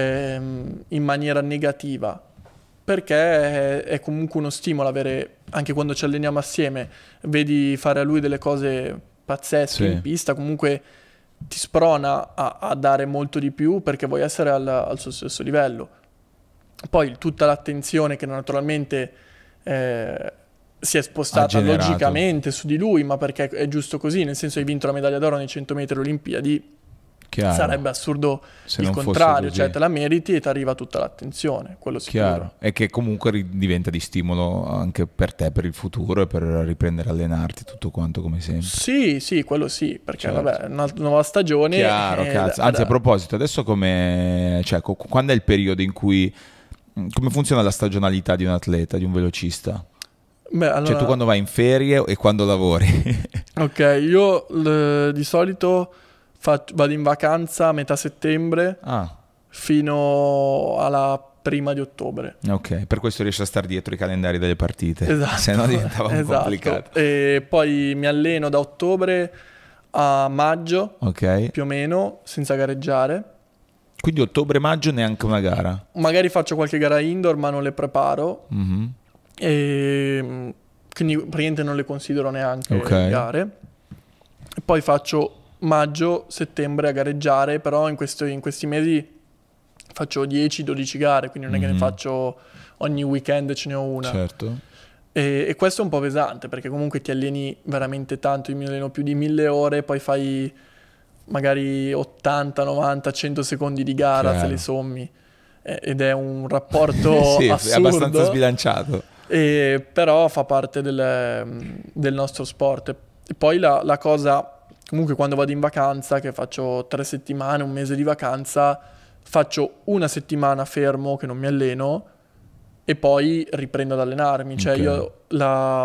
in maniera negativa, perché è comunque uno stimolo avere, anche quando ci alleniamo assieme, vedi fare a lui delle cose pazzesche Sì. in pista, comunque ti sprona a dare molto di più perché vuoi essere al suo stesso livello. Poi tutta l'attenzione che naturalmente si è spostata generato. logicamente su di lui, ma perché è giusto così, nel senso hai vinto la medaglia d'oro nei 100 metri Olimpiadi, Chiaro. sarebbe assurdo Se il non fosse contrario, così. cioè te la meriti e ti arriva tutta l'attenzione, quello sicuro. Chiaro. E che comunque diventa di stimolo anche per te, per il futuro e per riprendere a allenarti, tutto quanto come sempre. Sì, sì, quello sì, perché Certo. vabbè, è una nuova stagione. Chiaro, cazzo. Anzi, a proposito, adesso cioè, quando è il periodo in cui... Come funziona la stagionalità di un atleta, di un velocista? Beh, allora, Cioè tu quando vai in ferie e quando lavori? ok, io di solito vado in vacanza a metà settembre Ah, fino alla prima di ottobre. ok. Per questo riesci a stare dietro i calendari delle partite. Esatto. Se no diventava un po' Esatto. complicato. E poi mi alleno da ottobre a maggio, Ok. più o meno, senza gareggiare. Quindi ottobre-maggio neanche una gara. Magari faccio qualche gara indoor, ma non le preparo. Mhm. E quindi praticamente non le considero neanche Ok. gare. E poi faccio maggio, settembre a gareggiare, però in questi mesi faccio 10-12 gare, quindi non è che ne Mhm. faccio ogni weekend ce ne ho una. Certo. E questo è un po' pesante perché comunque ti alleni veramente tanto, io mi alleno più di 1000 ore, poi fai magari 80, 90, 100 secondi di gara Chiaro. se le sommi. Ed è un rapporto Sì, è assurdo. abbastanza sbilanciato. Però fa parte del nostro sport. E poi la cosa, comunque quando vado in vacanza, che faccio 3 settimane, un mese di vacanza, faccio una settimana fermo che non mi alleno e poi riprendo ad allenarmi. Cioè Ok. io la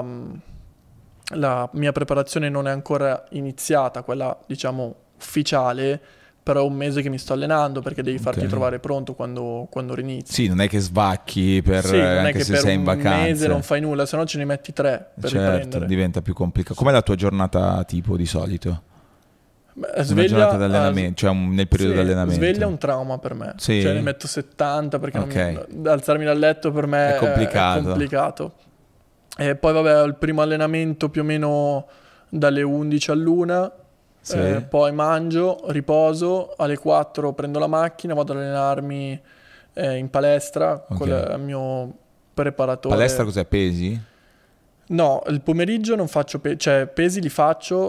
mia preparazione non è ancora iniziata, quella diciamo ufficiale, però è un mese che mi sto allenando perché devi farti Ok. trovare pronto quando rinizi. Sì, non è che svacchi per, Sì, non è anche che se per sei in un vacanza. mese non fai nulla, se no ce ne metti 3 per Certo, riprendere. diventa più complicato. Com'è la tua giornata tipo di solito? Beh, Una giornata di allenamento, cioè nel periodo sì, di allenamento. sveglia è un trauma per me. Sì? Cioè ne metto 70 perché Ok. alzarmi dal letto per me È complicato. è complicato. E poi vabbè, ho il primo allenamento più o meno dalle 11 all'1, Sì. poi mangio, riposo, alle 4 prendo la macchina, vado ad allenarmi in palestra Ok. con il mio preparatore. Palestra cos'è? Pesi? No, il pomeriggio non faccio cioè pesi li faccio,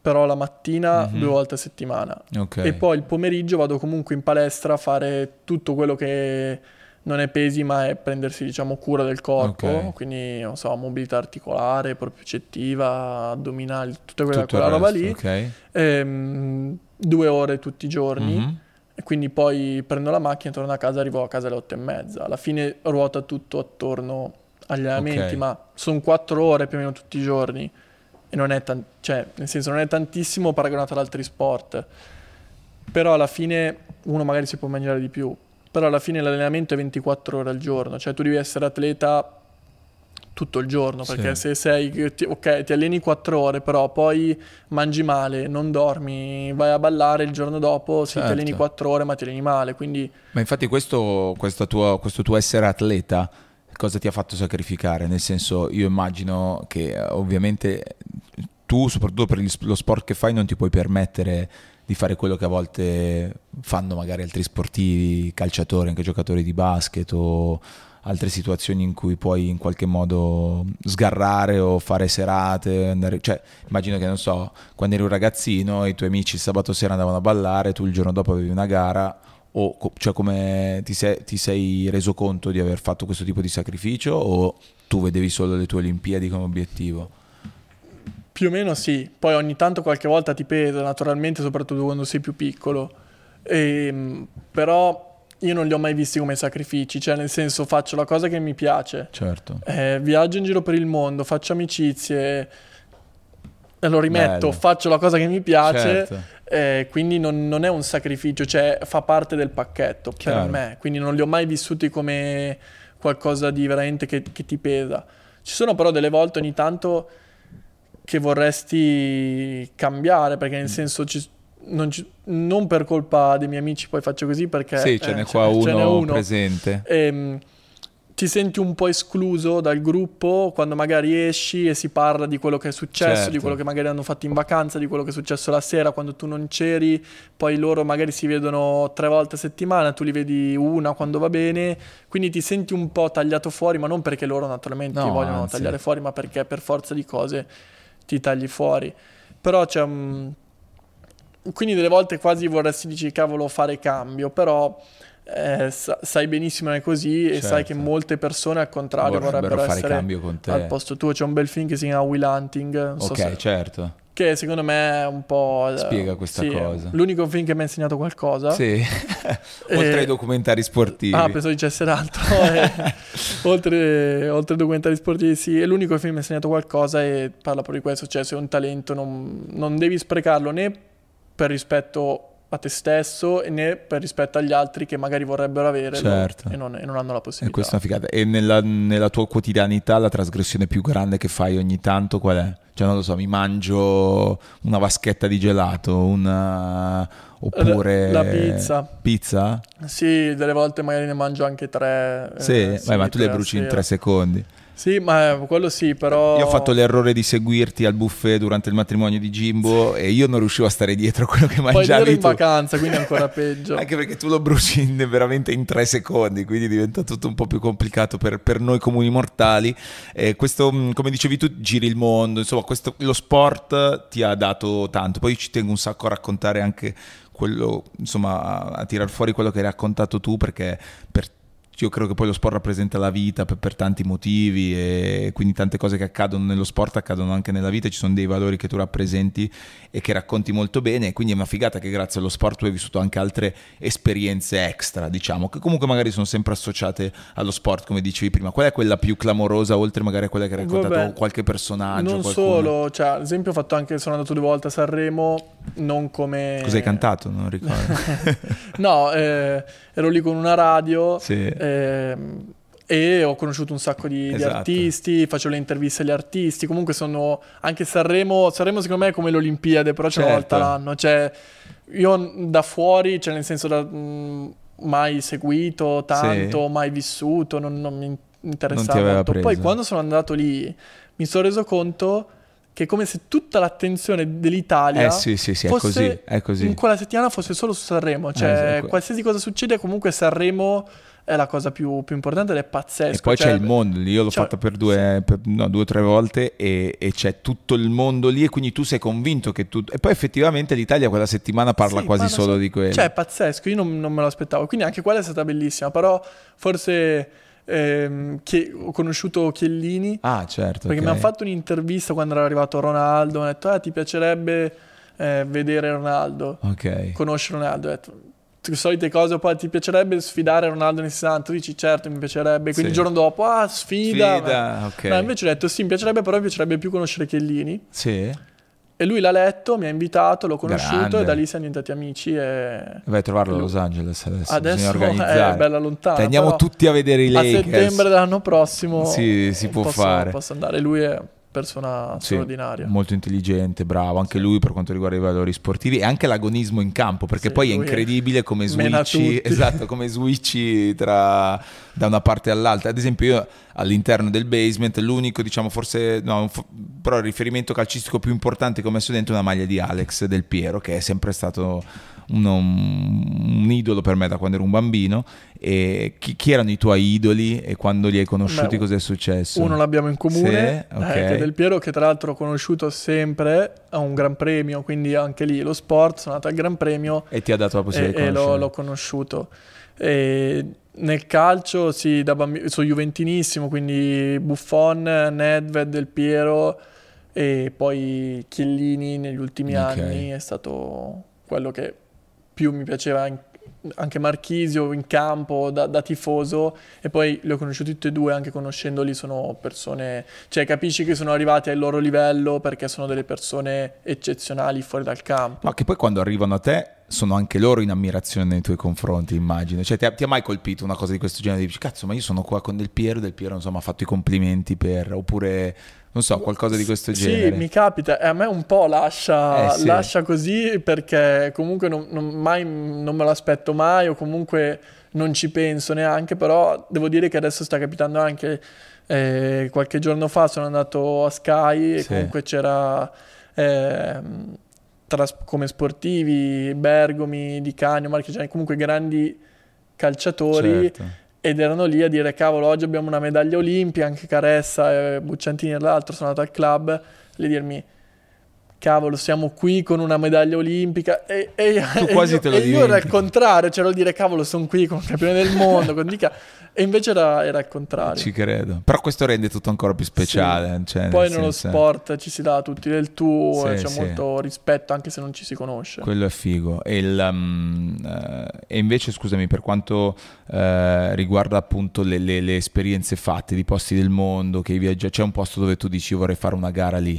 però la mattina Mhm. 2 volte a settimana. Ok. E poi il pomeriggio vado comunque in palestra a fare tutto quello che non è pesi, ma è prendersi, diciamo, cura del corpo. Ok. Quindi, non so, mobilità articolare, propriocettiva, addominali, tutta Tutto quella il roba resto, lì. ok. 2 ore tutti i giorni. Mhm. E quindi poi prendo la macchina, torno a casa, arrivo a casa alle 8:30. Alla fine ruota tutto attorno agli allenamenti, Ok. ma sono 4 ore più o meno tutti i giorni. E non è cioè, nel senso, non è tantissimo paragonato ad altri sport. Però alla fine uno magari si può mangiare di più. Però alla fine l'allenamento è 24 ore al giorno. Cioè tu devi essere atleta tutto il giorno. Perché Sì. se sei... ok, ti alleni 4 ore, però poi mangi male, non dormi, vai a ballare il giorno dopo, sì, ti Certo. alleni 4 ore, ma ti alleni male. Quindi Ma infatti questo tuo essere atleta cosa ti ha fatto sacrificare? Nel senso, io immagino che ovviamente tu, soprattutto per lo sport che fai, non ti puoi permettere di fare quello che a volte fanno magari altri sportivi, calciatori, anche giocatori di basket o altre situazioni in cui puoi in qualche modo sgarrare o fare serate, cioè immagino che non so, quando eri un ragazzino i tuoi amici il sabato sera andavano a ballare, tu il giorno dopo avevi una gara o cioè come ti sei reso conto di aver fatto questo tipo di sacrificio o tu vedevi solo le tue Olimpiadi come obiettivo? più o meno sì. Poi ogni tanto qualche volta ti pesa, naturalmente, soprattutto quando sei più piccolo. Però io non li ho mai visti come sacrifici. Cioè, nel senso, faccio la cosa che mi piace. Certo. Viaggio in giro per il mondo, faccio amicizie, e lo rimetto, Bello. faccio la cosa che mi piace. Certo. Quindi non è un sacrificio, cioè fa parte del pacchetto Chiaro. per me. Quindi non li ho mai vissuti come qualcosa di veramente che ti pesa. Ci sono però delle volte ogni tanto che vorresti cambiare, perché nel senso non per colpa dei miei amici poi faccio così, perché Sì, ce n'è qua ce n'è uno uno. presente. Ti senti un po' escluso dal gruppo quando magari esci e si parla di quello che è successo, Certo. di quello che magari hanno fatto in vacanza, di quello che è successo la sera quando tu non c'eri, poi loro magari si vedono 3 volte a settimana, tu li vedi una quando va bene, quindi ti senti un po' tagliato fuori, ma non perché loro naturalmente No, ti vogliono anzi. tagliare fuori, ma perché per forza di cose ti tagli fuori. Però c'è quindi delle volte quasi vorresti dire cavolo fare cambio, però sai benissimo che è così e sai che Certo. molte persone al contrario vorrebbero fare essere cambio con te. al posto tuo. C'è un bel film che si chiama Will Hunting, non so Ok, se- certo. che secondo me è un po'... Spiega questa sì, cosa. l'unico film che mi ha insegnato qualcosa. Sì. Oltre ai documentari sportivi. Ah, pensavo dicesse l'altro. oltre ai documentari sportivi, sì, è l'unico film che mi ha insegnato qualcosa e parla proprio di questo. Cioè, se hai un talento non devi sprecarlo né per rispetto a te stesso né per rispetto agli altri che magari vorrebbero averlo Certo. e non hanno la E possibilità. questa è una figata. E nella tua quotidianità la trasgressione più grande che fai ogni tanto qual è? Cioè non lo so, mi mangio una vaschetta di gelato, oppure... La pizza. Pizza? Sì, delle volte magari ne mangio anche 3. Sì, vai, ma tu le 3 a bruci in sera. 3 secondi. Sì, ma quello sì, però... Io ho fatto l'errore di seguirti al buffet durante il matrimonio di Jimbo e io non riuscivo a stare dietro a quello che Poi mangiavi ero in tu. vacanza, quindi è ancora peggio. Anche perché tu lo bruci veramente in 3 secondi, quindi diventa tutto un po' più complicato per noi comuni mortali. Questo, come dicevi tu, giri il mondo, insomma, lo sport ti ha dato tanto. Poi ci tengo un sacco a raccontare anche quello, insomma, a tirar fuori quello che hai raccontato tu, perché io credo che poi lo sport rappresenta la vita per tanti motivi e quindi tante cose che accadono nello sport accadono anche nella vita, ci sono dei valori che tu rappresenti e che racconti molto bene e quindi è una figata che grazie allo sport tu hai vissuto anche altre esperienze extra, diciamo, che comunque magari sono sempre associate allo sport, come dicevi prima. Qual è quella più clamorosa, oltre magari a quella che hai raccontato Vabbè, qualche personaggio? non qualcuno? solo, cioè, ad esempio ho fatto anche, sono andato 2 volte a Sanremo, non come... Cosa hai cantato? Non ricordo. No, ero lì con una radio Sì. e ho conosciuto un sacco di Esatto. artisti, facevo le interviste agli artisti, comunque sono anche Sanremo secondo me è come le Olimpiadi, però c'è una Certo. volta l'anno, cioè io da fuori, cioè nel senso mai seguito tanto, Sì. mai vissuto, non mi Non ti interessava aveva molto. preso. Poi quando sono andato lì mi sono reso conto che è come se tutta l'attenzione dell'Italia sì, è fosse così, è così. in quella settimana fosse solo su Sanremo, cioè qualsiasi cosa succede comunque Sanremo è la cosa più importante ed è pazzesco. E poi cioè, c'è il mondo, io l'ho fatta per due o tre volte e c'è tutto il mondo lì e quindi tu sei convinto che tutto... E poi effettivamente l'Italia quella settimana parla quasi solo di quello. Cioè è pazzesco, io non me lo aspettavo, quindi anche quella è stata bellissima, però forse ho conosciuto Chiellini. Ah, certo. Perché mi hanno fatto un'intervista quando era arrivato Ronaldo, mi hanno detto ti piacerebbe vedere Ronaldo, conoscere Ronaldo, ho detto solite cose, poi ti piacerebbe sfidare Ronaldo nel 60, tu dici certo mi piacerebbe, quindi il giorno dopo sfida. No, invece ho detto sì mi piacerebbe, però mi piacerebbe più conoscere Chiellini. E lui l'ha letto, mi ha invitato, l'ho conosciuto e da lì siamo diventati amici. Vai a trovarlo a Los Angeles adesso bisogna organizzare. È bella lontana. Andiamo tutti a vedere i Lakers. A settembre dell'anno prossimo si può fare. Posso andare, lui è persona straordinaria, molto intelligente, bravo anche lui per quanto riguarda i valori sportivi e anche l'agonismo in campo, perché poi è incredibile come switchi, come switchi da una parte all'altra. Ad esempio io all'interno del basement l'unico, diciamo forse però il riferimento calcistico più importante che ho messo dentro è una maglia di Alex Del Piero, che è sempre stato un idolo per me da quando ero un bambino. E chi erano i tuoi idoli e quando li hai conosciuti cosa è successo? Uno l'abbiamo in comune, che è Del Piero, che tra l'altro ho conosciuto sempre a un Gran Premio, quindi anche lì lo sport, sono andato al Gran Premio e ti ha dato la possibilità di conoscere. E l'ho conosciuto. E nel calcio sì, da bambino sono juventinissimo, quindi Buffon, Nedved, Del Piero e poi Chiellini negli ultimi anni è stato quello che più mi piaceva, anche Marchisio in campo da tifoso, e poi li ho conosciuti tutti e due, anche conoscendoli sono persone, cioè capisci che sono arrivati al loro livello perché sono delle persone eccezionali fuori dal campo. Ma che poi quando arrivano a te sono anche loro in ammirazione nei tuoi confronti, immagino. Cioè ti ha mai colpito una cosa di questo genere? Dici cazzo, ma io sono qua con Del Piero insomma ha fatto i complimenti oppure non so, qualcosa di questo genere. Sì, mi capita, e a me un po' lascia così, perché comunque non me lo aspetto mai, o comunque non ci penso neanche, però devo dire che adesso sta capitando anche, qualche giorno fa sono andato a Sky e comunque c'era come sportivi Bergomi, Di Canio, Marchigiani, comunque grandi calciatori, ed erano lì a dire cavolo oggi abbiamo una medaglia olimpica, anche Caressa e Bucciantini e l'altro sono andato al club, lì dirmi cavolo siamo qui con una medaglia olimpica e io ero al contrario, cioè dire cavolo sono qui con un campione del mondo con Dica, e invece era al contrario. Ci credo, però questo rende tutto ancora più speciale, cioè, poi nello sport ci si dà tutti del tuo, c'è molto rispetto anche se non ci si conosce, quello è figo. E invece scusami, per quanto riguarda appunto le esperienze fatte di posti del mondo che hai viaggiato, c'è un posto dove tu dici io vorrei fare una gara lì?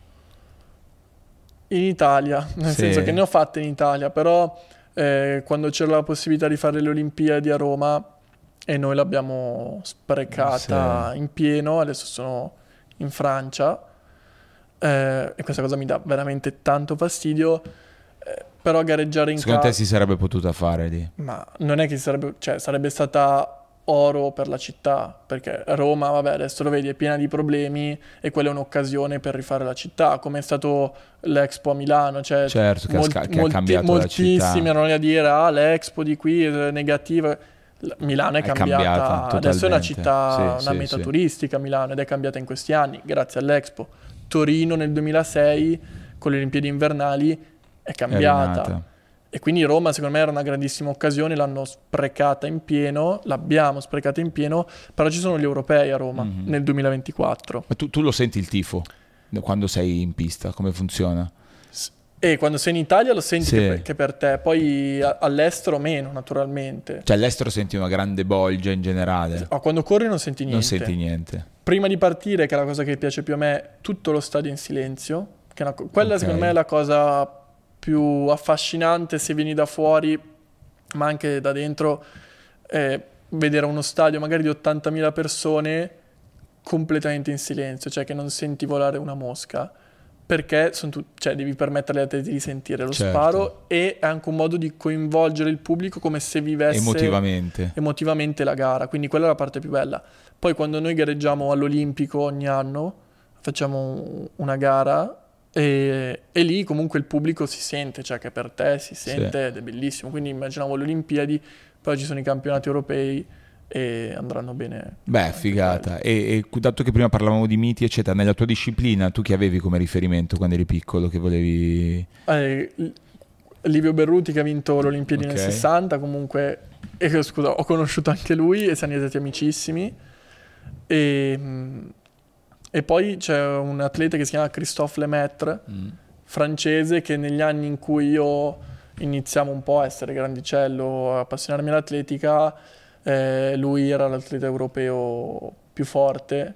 In Italia, nel senso che ne ho fatte in Italia, però quando c'era la possibilità di fare le Olimpiadi a Roma e noi l'abbiamo sprecata in pieno, adesso sono in Francia e questa cosa mi dà veramente tanto fastidio, però gareggiare in secondo te si sarebbe potuta fare lì? Ma non è che sarebbe stata oro per la città, perché Roma, vabbè, adesso lo vedi, è piena di problemi e quella è un'occasione per rifare la città, come è stato l'Expo a Milano, cioè che ha cambiato la città. Moltissimi erano lì a dire l'Expo di qui è negativa. Milano è cambiata adesso è una città, una meta turistica Milano, ed è cambiata in questi anni grazie all'Expo. Torino nel 2006 con le Olimpiadi invernali è cambiata. E quindi Roma secondo me era una grandissima occasione, l'abbiamo sprecata in pieno, però ci sono gli europei a Roma nel 2024. Ma tu lo senti il tifo quando sei in pista? Come funziona? E quando sei in Italia lo senti che per te, poi all'estero meno naturalmente. Cioè all'estero senti una grande bolgia in generale? Quando corri non senti niente. Non senti niente. Prima di partire, che è la cosa che piace più a me, tutto lo stadio in silenzio, quella secondo me è la cosa più affascinante se vieni da fuori, ma anche da dentro, vedere uno stadio magari di 80.000 persone completamente in silenzio, cioè che non senti volare una mosca, perché devi permettere agli atleti di sentire lo sparo, e è anche un modo di coinvolgere il pubblico come se vivesse emotivamente la gara, quindi quella è la parte più bella. Poi quando noi gareggiamo all'Olimpico ogni anno facciamo una gara e lì comunque il pubblico si sente, cioè che per te si sente ed è bellissimo. Quindi immaginavo le Olimpiadi, poi ci sono i campionati europei e andranno bene. Beh, figata. E dato che prima parlavamo di miti, eccetera, nella tua disciplina, tu chi avevi come riferimento quando eri piccolo, che volevi... Livio Berruti, che ha vinto le Olimpiadi nel Ok. 60, comunque, e scusa, ho conosciuto anche lui e siamo diventati amicissimi. E poi c'è un atleta che si chiama Christophe Lemaitre, francese, che negli anni in cui io iniziamo un po' a essere grandicello, a appassionarmi all'atletica, lui era l'atleta europeo più forte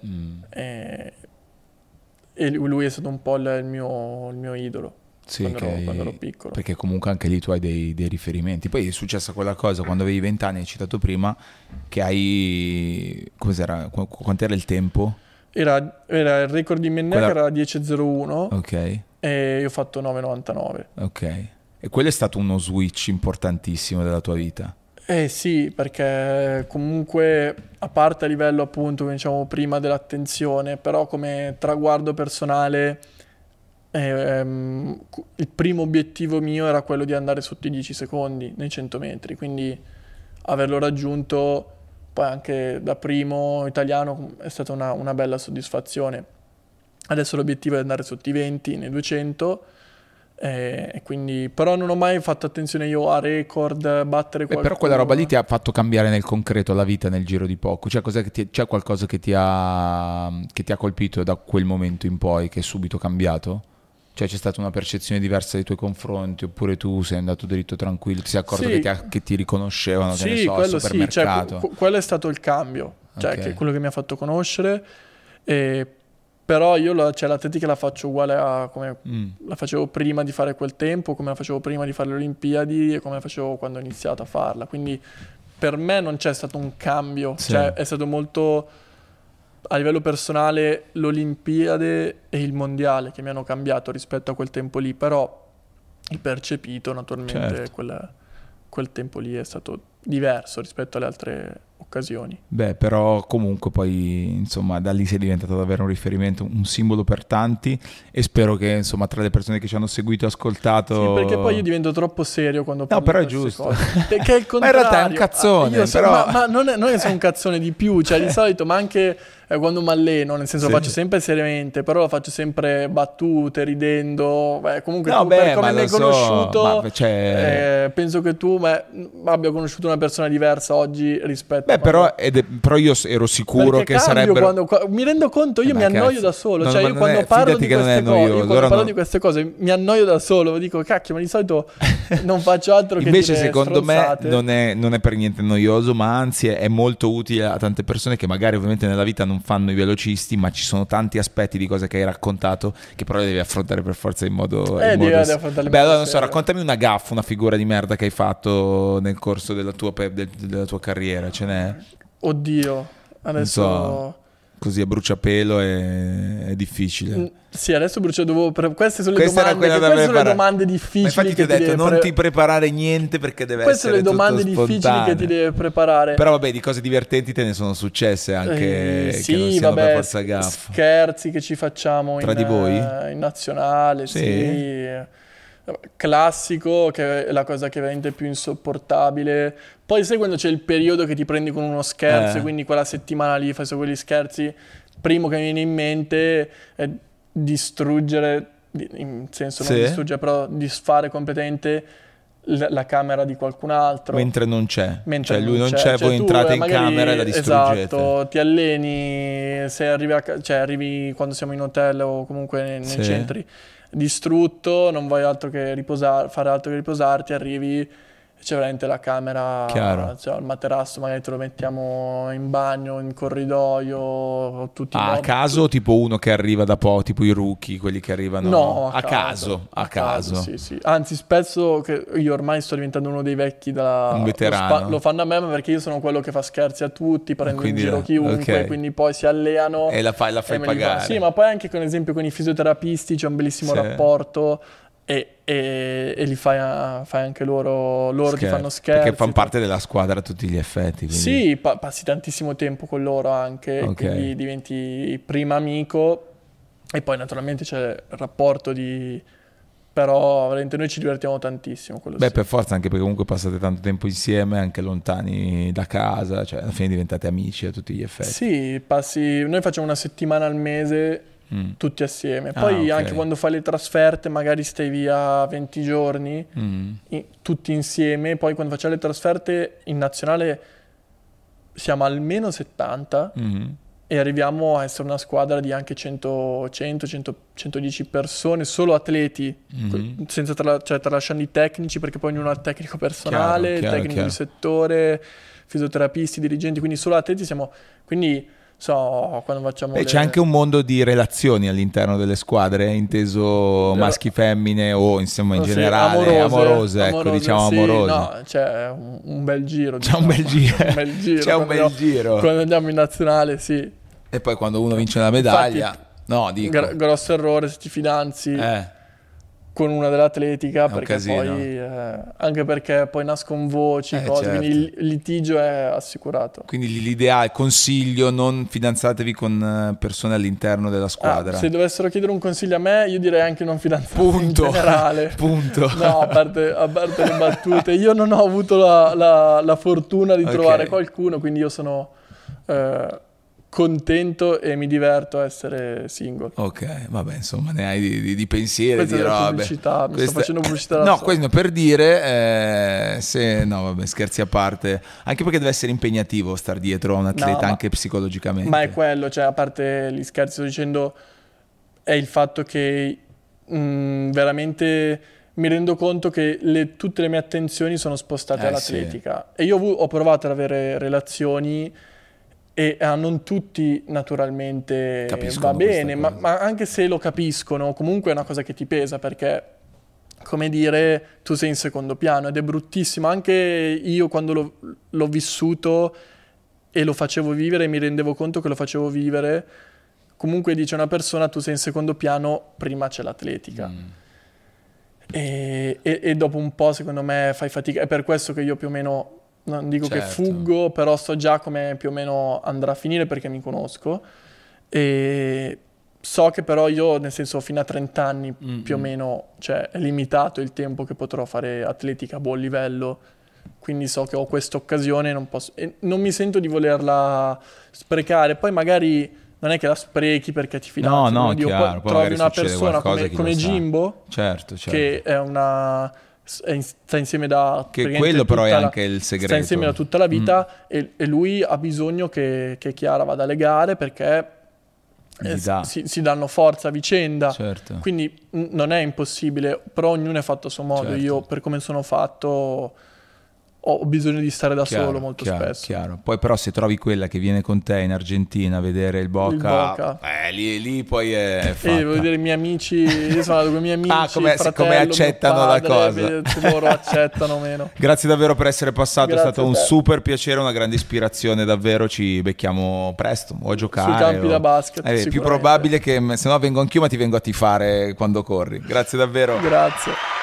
e lui è stato un po' il mio idolo. Sì, quando ero piccolo. perché comunque anche lì tu hai dei riferimenti. Poi è successa quella cosa quando avevi 20 anni, hai citato prima, che hai... Cos'era? Quant'era il tempo? Era il record di Mennea, Quella- che era 10.01 Ok, e io ho fatto 9.99. ok. E quello è stato uno switch importantissimo della tua vita. Sì, perché comunque, a parte a livello appunto, come diciamo prima, dell'attenzione, però come traguardo personale, il primo obiettivo mio era quello di andare sotto i 10 secondi nei 100 metri, quindi averlo raggiunto poi anche da primo italiano è stata una bella soddisfazione. Adesso l'obiettivo è andare sotto i 20 nei 200. E quindi, però non ho mai fatto attenzione io a record, battere qualcuno. Però quella roba lì ti ha fatto cambiare nel concreto la vita nel giro di poco. Cioè, c'è qualcosa che ti ha colpito da quel momento in poi, che è subito cambiato? Cioè, c'è stata una percezione diversa dei tuoi confronti, oppure tu sei andato dritto tranquillo, ti sei accorto Sì. che ti riconoscevano, che ne Sì, so, al quello sì, cioè, supermercato? quello è stato il cambio, cioè Ok. che è quello che mi ha fatto conoscere. Però io l'atletica la faccio uguale a come la facevo prima di fare quel tempo, come la facevo prima di fare le Olimpiadi e come la facevo quando ho iniziato a farla. Quindi per me non c'è stato un cambio, Sì. cioè è stato molto a livello personale l'Olimpiade e il Mondiale che mi hanno cambiato rispetto a quel tempo lì, però il percepito naturalmente Certo. quel tempo lì è stato diverso rispetto alle altre occasioni. Beh, però comunque poi, insomma, da lì sei diventato davvero un riferimento, un simbolo per tanti, e spero che, insomma, tra le persone che ci hanno seguito e ascoltato... Sì, perché poi io divento troppo serio quando parlo però di è queste giusto. cose. Perché è il Ma in realtà è un contrario. cazzone, Io però... ma non è che sono un cazzone di più, cioè di solito, ma anche quando mi alleno, nel senso Sì. lo faccio sempre seriamente, però lo faccio sempre battute, ridendo. Beh, comunque No, tu, beh, per come ma mi hai lo so, conosciuto, ma cioè- penso che tu abbia conosciuto una persona diversa oggi rispetto Beh, a quando... però io ero sicuro Perché che cambio sarebbero... mi rendo conto, io Ma mi annoio cazzo. da solo, No, cioè ma io non quando è- parlo fidati di che non è queste cose, noioso, io quando allora parlo no. di queste cose mi annoio da solo, dico cacchio, ma di solito non faccio altro che Invece dire secondo stronzate. me non è per niente noioso, ma anzi è molto utile a tante persone che magari ovviamente nella vita non fanno i velocisti, ma ci sono tanti aspetti di cose che hai raccontato che però le devi affrontare per forza in modo... in devi modo- affrontarle in Beh, modo allora non so, serio. raccontami una gaffa, una figura di merda che hai fatto nel corso della tua carriera, ce n'è? Oddio, adesso... so. Così a bruciapelo è difficile. Sì, adesso Brucio, queste sono le Questa era domande, quella da queste sono le preparare. domande Ma difficili infatti ti che ho detto, devi non ti preparare niente perché deve queste sono essere le domande tutto difficili che ti spontaneo. devi preparare. Però vabbè, di cose divertenti te ne sono successe anche che Sì, non siano per vabbè, forza gaffa. scherzi che ci facciamo Tra di voi? in nazionale, Sì. sì. Classico, che è la cosa che è veramente più insopportabile. Poi sai quando c'è il periodo che ti prendi con uno scherzo, e quindi quella settimana lì fai solo quegli scherzi, primo che mi viene in mente è distruggere, in senso non Sì. distruggere, però disfare completamente la camera di qualcun altro. Mentre non c'è. Mentre Cioè lui non c'è, Cioè, voi tu, entrate in magari, camera e la distruggete. Esatto, ti alleni, se arrivi, arrivi quando siamo in hotel o comunque nei Sì. centri, distrutto, non vuoi altro che fare altro che riposarti, arrivi, c'è veramente la camera, Chiaro. cioè, il materasso magari te lo mettiamo in bagno, in corridoio, tutti i A mobili, caso o tipo uno che arriva da po', tipo i rookie, quelli che arrivano No, a caso. sì, sì. Anzi, spesso che io ormai sto diventando uno dei vecchi Un veterano. lo fanno a me, ma perché io sono quello che fa scherzi a tutti, prendo in Quindi giro chiunque, ok. quindi poi si alleano E la fai e me li pagare. Sì, ma poi anche con esempio con i fisioterapisti c'è un bellissimo Sì. rapporto e li fai anche loro ti Scherzo. fanno scherzi. Perché fanno parte della squadra a tutti gli effetti. Quindi... Sì, passi tantissimo tempo con loro anche, Ok. quindi diventi prima amico E poi naturalmente c'è il rapporto di... Però veramente noi ci divertiamo tantissimo. Quello Beh, sì. per forza, anche perché comunque passate tanto tempo insieme, anche lontani da casa, cioè alla fine diventate amici a tutti gli effetti. Sì, noi facciamo una settimana al mese tutti assieme. Ah, Poi ok. anche quando fai le trasferte magari stai via 20 giorni tutti insieme. Poi quando facciamo le trasferte in nazionale siamo almeno 70 e arriviamo a essere una squadra di anche 110 persone, solo atleti, senza tralasciando i tecnici, perché poi ognuno ha il tecnico personale, Chiaro, il tecnico chiaro. di settore, fisioterapisti, dirigenti, quindi solo atleti siamo... Quindi, quando facciamo C'è anche un mondo di relazioni all'interno delle squadre, inteso maschi-femmine o insomma in sì, generale amorose, ecco, diciamo sì, amorose. no, c'è un bel giro. C'è un bel giro. Un bel giro. C'è un bel giro. Quando andiamo in nazionale, sì. E poi quando uno vince una medaglia, Infatti, no, dico, grosso errore se ti fidanzi con una dell'atletica, un perché casino. poi anche perché poi nascono voci, cose, certo. quindi il litigio è assicurato. Quindi l'idea, il consiglio, non fidanzatevi con persone all'interno della squadra. Se dovessero chiedere un consiglio a me, io direi anche non fidanzarsi Punto. in generale. Punto. No, a parte le battute, io non ho avuto la fortuna di trovare qualcuno, quindi io sono contento e mi diverto a essere single. Ok, vabbè, insomma, ne hai di pensieri, Questa di è la robe. pubblicità, mi sto facendo pubblicità da No, solo. questo per dire, no, vabbè, scherzi a parte, anche perché deve essere impegnativo star dietro a un atleta, anche psicologicamente. Ma è quello, cioè, a parte gli scherzi, sto dicendo, è il fatto che veramente mi rendo conto che tutte le mie attenzioni sono spostate all'atletica. Sì. E io ho provato ad avere relazioni e a non tutti naturalmente Capiscono va bene, ma anche se lo capiscono, comunque è una cosa che ti pesa, perché, come dire, tu sei in secondo piano ed è bruttissimo. Anche io quando l'ho vissuto e lo facevo vivere, mi rendevo conto che lo facevo vivere, comunque dice una persona, tu sei in secondo piano, prima c'è l'atletica. E dopo un po', secondo me, fai fatica. È per questo che io più o meno... Non dico che fuggo, però so già come più o meno andrà a finire perché mi conosco. E so che però io, nel senso, fino a 30 anni più o meno, cioè è limitato il tempo che potrò fare atletica a buon livello. Quindi so che ho questa occasione e non mi sento di volerla sprecare. Poi magari non è che la sprechi perché ti fidanzi. No, chiaro. Poi trovi una persona come Jimbo, certo. che è sta insieme da... Che quello però è anche il segreto. Sta insieme da tutta la vita e lui ha bisogno che Chiara vada alle gare perché si danno forza a vicenda. Certo. Quindi non è impossibile, però ognuno è fatto a suo modo. Certo. Io, per come sono fatto, ho bisogno di stare da solo molto spesso. Chiaro. Poi però se trovi quella che viene con te in Argentina a vedere il Boca. Lì poi è fatta. Devo vedere i miei amici, io sono andato con i miei amici, come accettano padre, la cosa. Se loro accettano o meno. Grazie davvero per essere passato, Grazie, è stato un super piacere, una grande ispirazione, davvero. Ci becchiamo presto o a giocare. Sui campi da basket. È più probabile che se no vengo anch'io, ma ti vengo a tifare quando corri. Grazie davvero. Grazie.